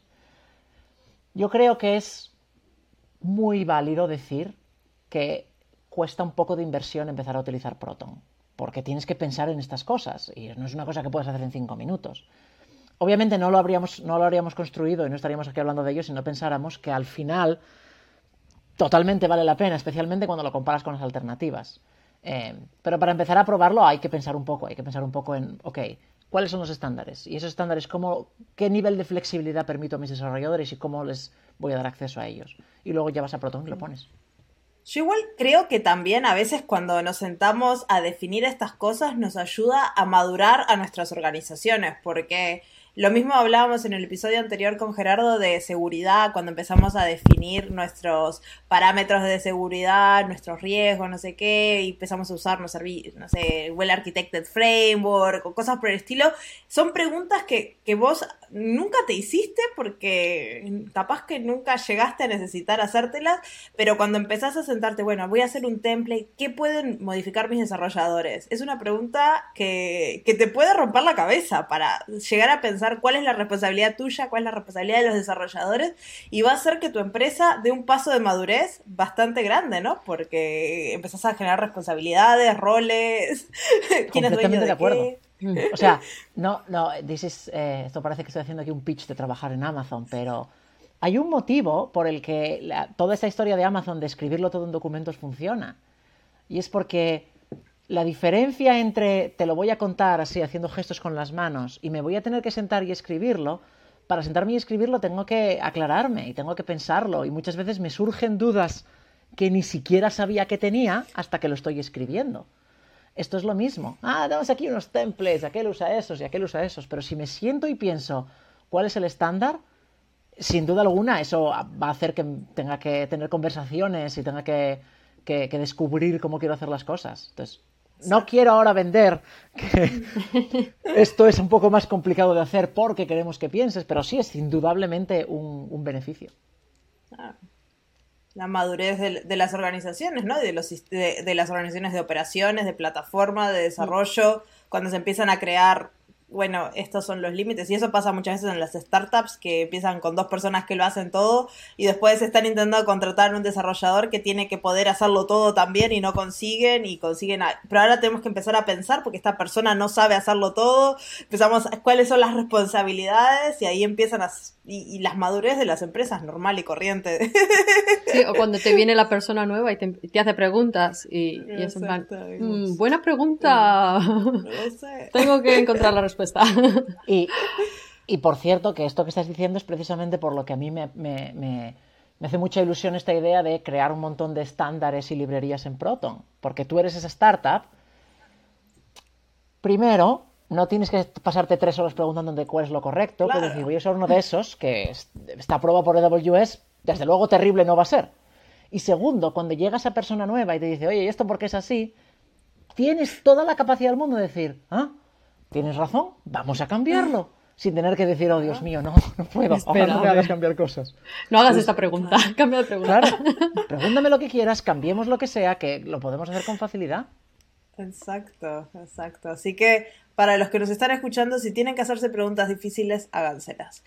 Yo creo que es muy válido decir que cuesta un poco de inversión empezar a utilizar Proton, porque tienes que pensar en estas cosas y no es una cosa que puedes hacer en 5 minutos. Obviamente no lo habríamos construido y no estaríamos aquí hablando de ello si no pensáramos que al final totalmente vale la pena, especialmente cuando lo comparas con las alternativas. Pero para empezar a probarlo hay que pensar un poco en, ok, ¿cuáles son los estándares? Y esos estándares, ¿qué nivel de flexibilidad permito a mis desarrolladores y cómo les voy a dar acceso a ellos? Y luego ya vas a Proton y lo pones. Yo igual creo que también a veces cuando nos sentamos a definir estas cosas nos ayuda a madurar a nuestras organizaciones, porque lo mismo hablábamos en el episodio anterior con Gerardo de seguridad, cuando empezamos a definir nuestros parámetros de seguridad, nuestros riesgos, no sé qué, y empezamos a usar, no sé, Well Architected Framework o cosas por el estilo. Son preguntas que vos nunca te hiciste porque capaz que nunca llegaste a necesitar hacértelas, pero cuando empezás a sentarte, bueno, voy a hacer un template, ¿qué pueden modificar mis desarrolladores? Es una pregunta que te puede romper la cabeza para llegar a pensar cuál es la responsabilidad tuya, cuál es la responsabilidad de los desarrolladores, y va a hacer que tu empresa dé un paso de madurez bastante grande, ¿no? Porque empezás a generar responsabilidades, roles, quién es dueño de acuerdo. Qué. O sea, esto parece que estoy haciendo aquí un pitch de trabajar en Amazon, pero hay un motivo por el que toda esa historia de Amazon de escribirlo todo en documentos funciona. Y es porque la diferencia entre te lo voy a contar así, haciendo gestos con las manos, y me voy a tener que sentar y escribirlo, para sentarme y escribirlo tengo que aclararme y tengo que pensarlo, y muchas veces me surgen dudas que ni siquiera sabía que tenía hasta que lo estoy escribiendo. Esto es lo mismo. Tenemos aquí unos templates, aquel usa esos y aquel usa esos, pero si me siento y pienso cuál es el estándar, sin duda alguna, eso va a hacer que tenga que tener conversaciones y tenga que descubrir cómo quiero hacer las cosas. Entonces, no quiero ahora vender que esto es un poco más complicado de hacer porque queremos que pienses, pero sí es indudablemente un beneficio. La madurez de las organizaciones, ¿no? De las organizaciones de operaciones, de plataforma, de desarrollo, cuando se empiezan a crear, bueno, estos son los límites, y eso pasa muchas veces en las startups que empiezan con 2 personas que lo hacen todo y después están intentando contratar a un desarrollador que tiene que poder hacerlo todo también y no consiguen, pero ahora tenemos que empezar a pensar porque esta persona no sabe hacerlo todo, empezamos cuáles son las responsabilidades y ahí empiezan y las madurez de las empresas normal y corriente. Sí, o cuando te viene la persona nueva y te hace preguntas y es en plan, buena pregunta, no sé. Tengo que encontrar la respuesta. Y por cierto, que esto que estás diciendo es precisamente por lo que a mí me hace mucha ilusión esta idea de crear un montón de estándares y librerías en Proton, porque tú eres esa startup. Primero, no tienes que pasarte 3 horas preguntando cuál es lo correcto, claro. Puedes decir, voy a usar uno de esos que está aprobado por AWS, desde luego terrible no va a ser. Y segundo, cuando llega esa persona nueva y te dice, oye, ¿y esto por qué es así? Tienes toda la capacidad del mundo de decir, tienes razón, vamos a cambiarlo. Sin tener que decir, oh Dios mío, no puedo. Espera, no me hagas cambiar cosas. No hagas esta pregunta, cambia de pregunta. Claro, pregúntame lo que quieras, cambiemos lo que sea, que lo podemos hacer con facilidad. Exacto. Así que, para los que nos están escuchando, si tienen que hacerse preguntas difíciles, háganselas.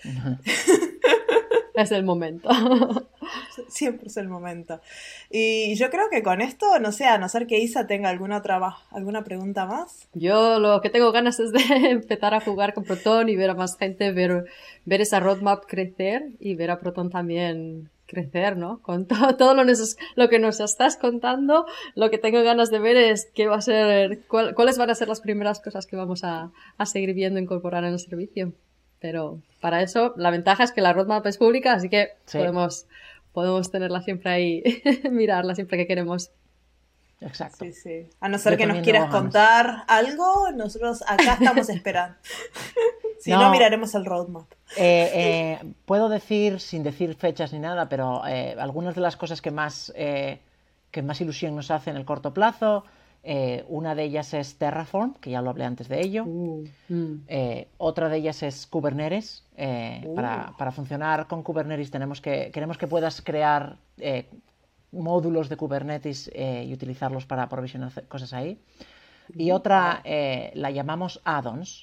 Es el momento. Siempre es el momento. Y yo creo que con esto, no sé, a no ser que Isa tenga alguna pregunta más. Yo lo que tengo ganas es de empezar a jugar con Proton y ver a más gente, ver esa roadmap crecer y ver a Proton también crecer, ¿no? Con todo lo que nos estás contando, lo que tengo ganas de ver es qué va a ser, cuáles van a ser las primeras cosas que vamos a seguir viendo incorporar en el servicio. Pero para eso, la ventaja es que la roadmap es pública, así que sí, podemos tenerla siempre ahí, mirarla siempre que queremos. Exacto. Sí. A no ser que nos quieras contar algo, nosotros acá estamos esperando. Si no, miraremos el roadmap. Puedo decir, sin decir fechas ni nada, pero algunas de las cosas que más ilusión nos hace en el corto plazo. Una de ellas es Terraform, que ya lo hablé antes de ello. Otra de ellas es Kubernetes. Para funcionar con Kubernetes queremos que puedas crear módulos de Kubernetes y utilizarlos para provisionar cosas ahí. Y otra la llamamos add-ons.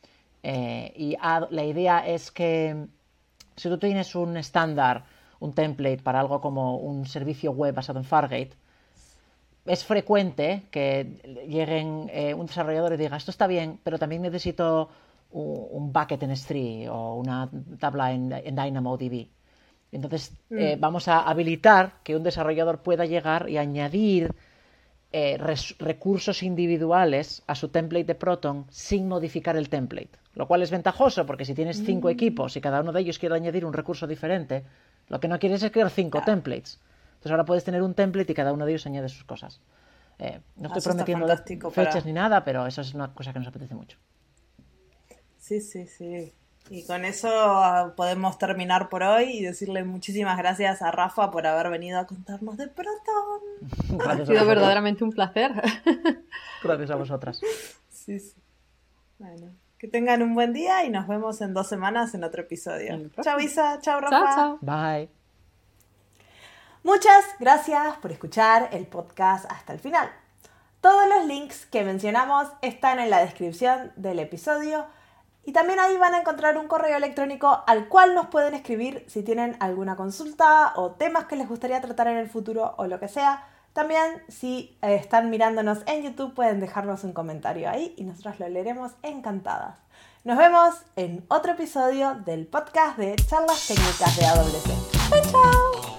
La idea es que si tú tienes un estándar, un template para algo como un servicio web basado en Fargate, es frecuente que lleguen un desarrollador y diga, esto está bien, pero también necesito un bucket en S3 o una tabla en DynamoDB. Entonces vamos a habilitar que un desarrollador pueda llegar y añadir recursos individuales a su template de Proton sin modificar el template. Lo cual es ventajoso porque si tienes 5 equipos y cada uno de ellos quiere añadir un recurso diferente, lo que no quieres es crear 5 templates. Entonces ahora puedes tener un template y cada uno de ellos añade sus cosas. No estoy prometiendo fechas ni nada, pero eso es una cosa que nos apetece mucho. Sí. Y con eso podemos terminar por hoy y decirle muchísimas gracias a Rafa por haber venido a contarnos de Proton. Ha sido verdaderamente un placer. Gracias a vosotras. Sí. Bueno, que tengan un buen día y nos vemos en 2 semanas en otro episodio. Chao Isa, chao Rafa. Chao. Bye. Muchas gracias por escuchar el podcast hasta el final. Todos los links que mencionamos están en la descripción del episodio y también ahí van a encontrar un correo electrónico al cual nos pueden escribir si tienen alguna consulta o temas que les gustaría tratar en el futuro o lo que sea. También si están mirándonos en YouTube pueden dejarnos un comentario ahí y nosotros lo leeremos encantadas. Nos vemos en otro episodio del podcast de Charlas Técnicas de AWS. ¡Chao!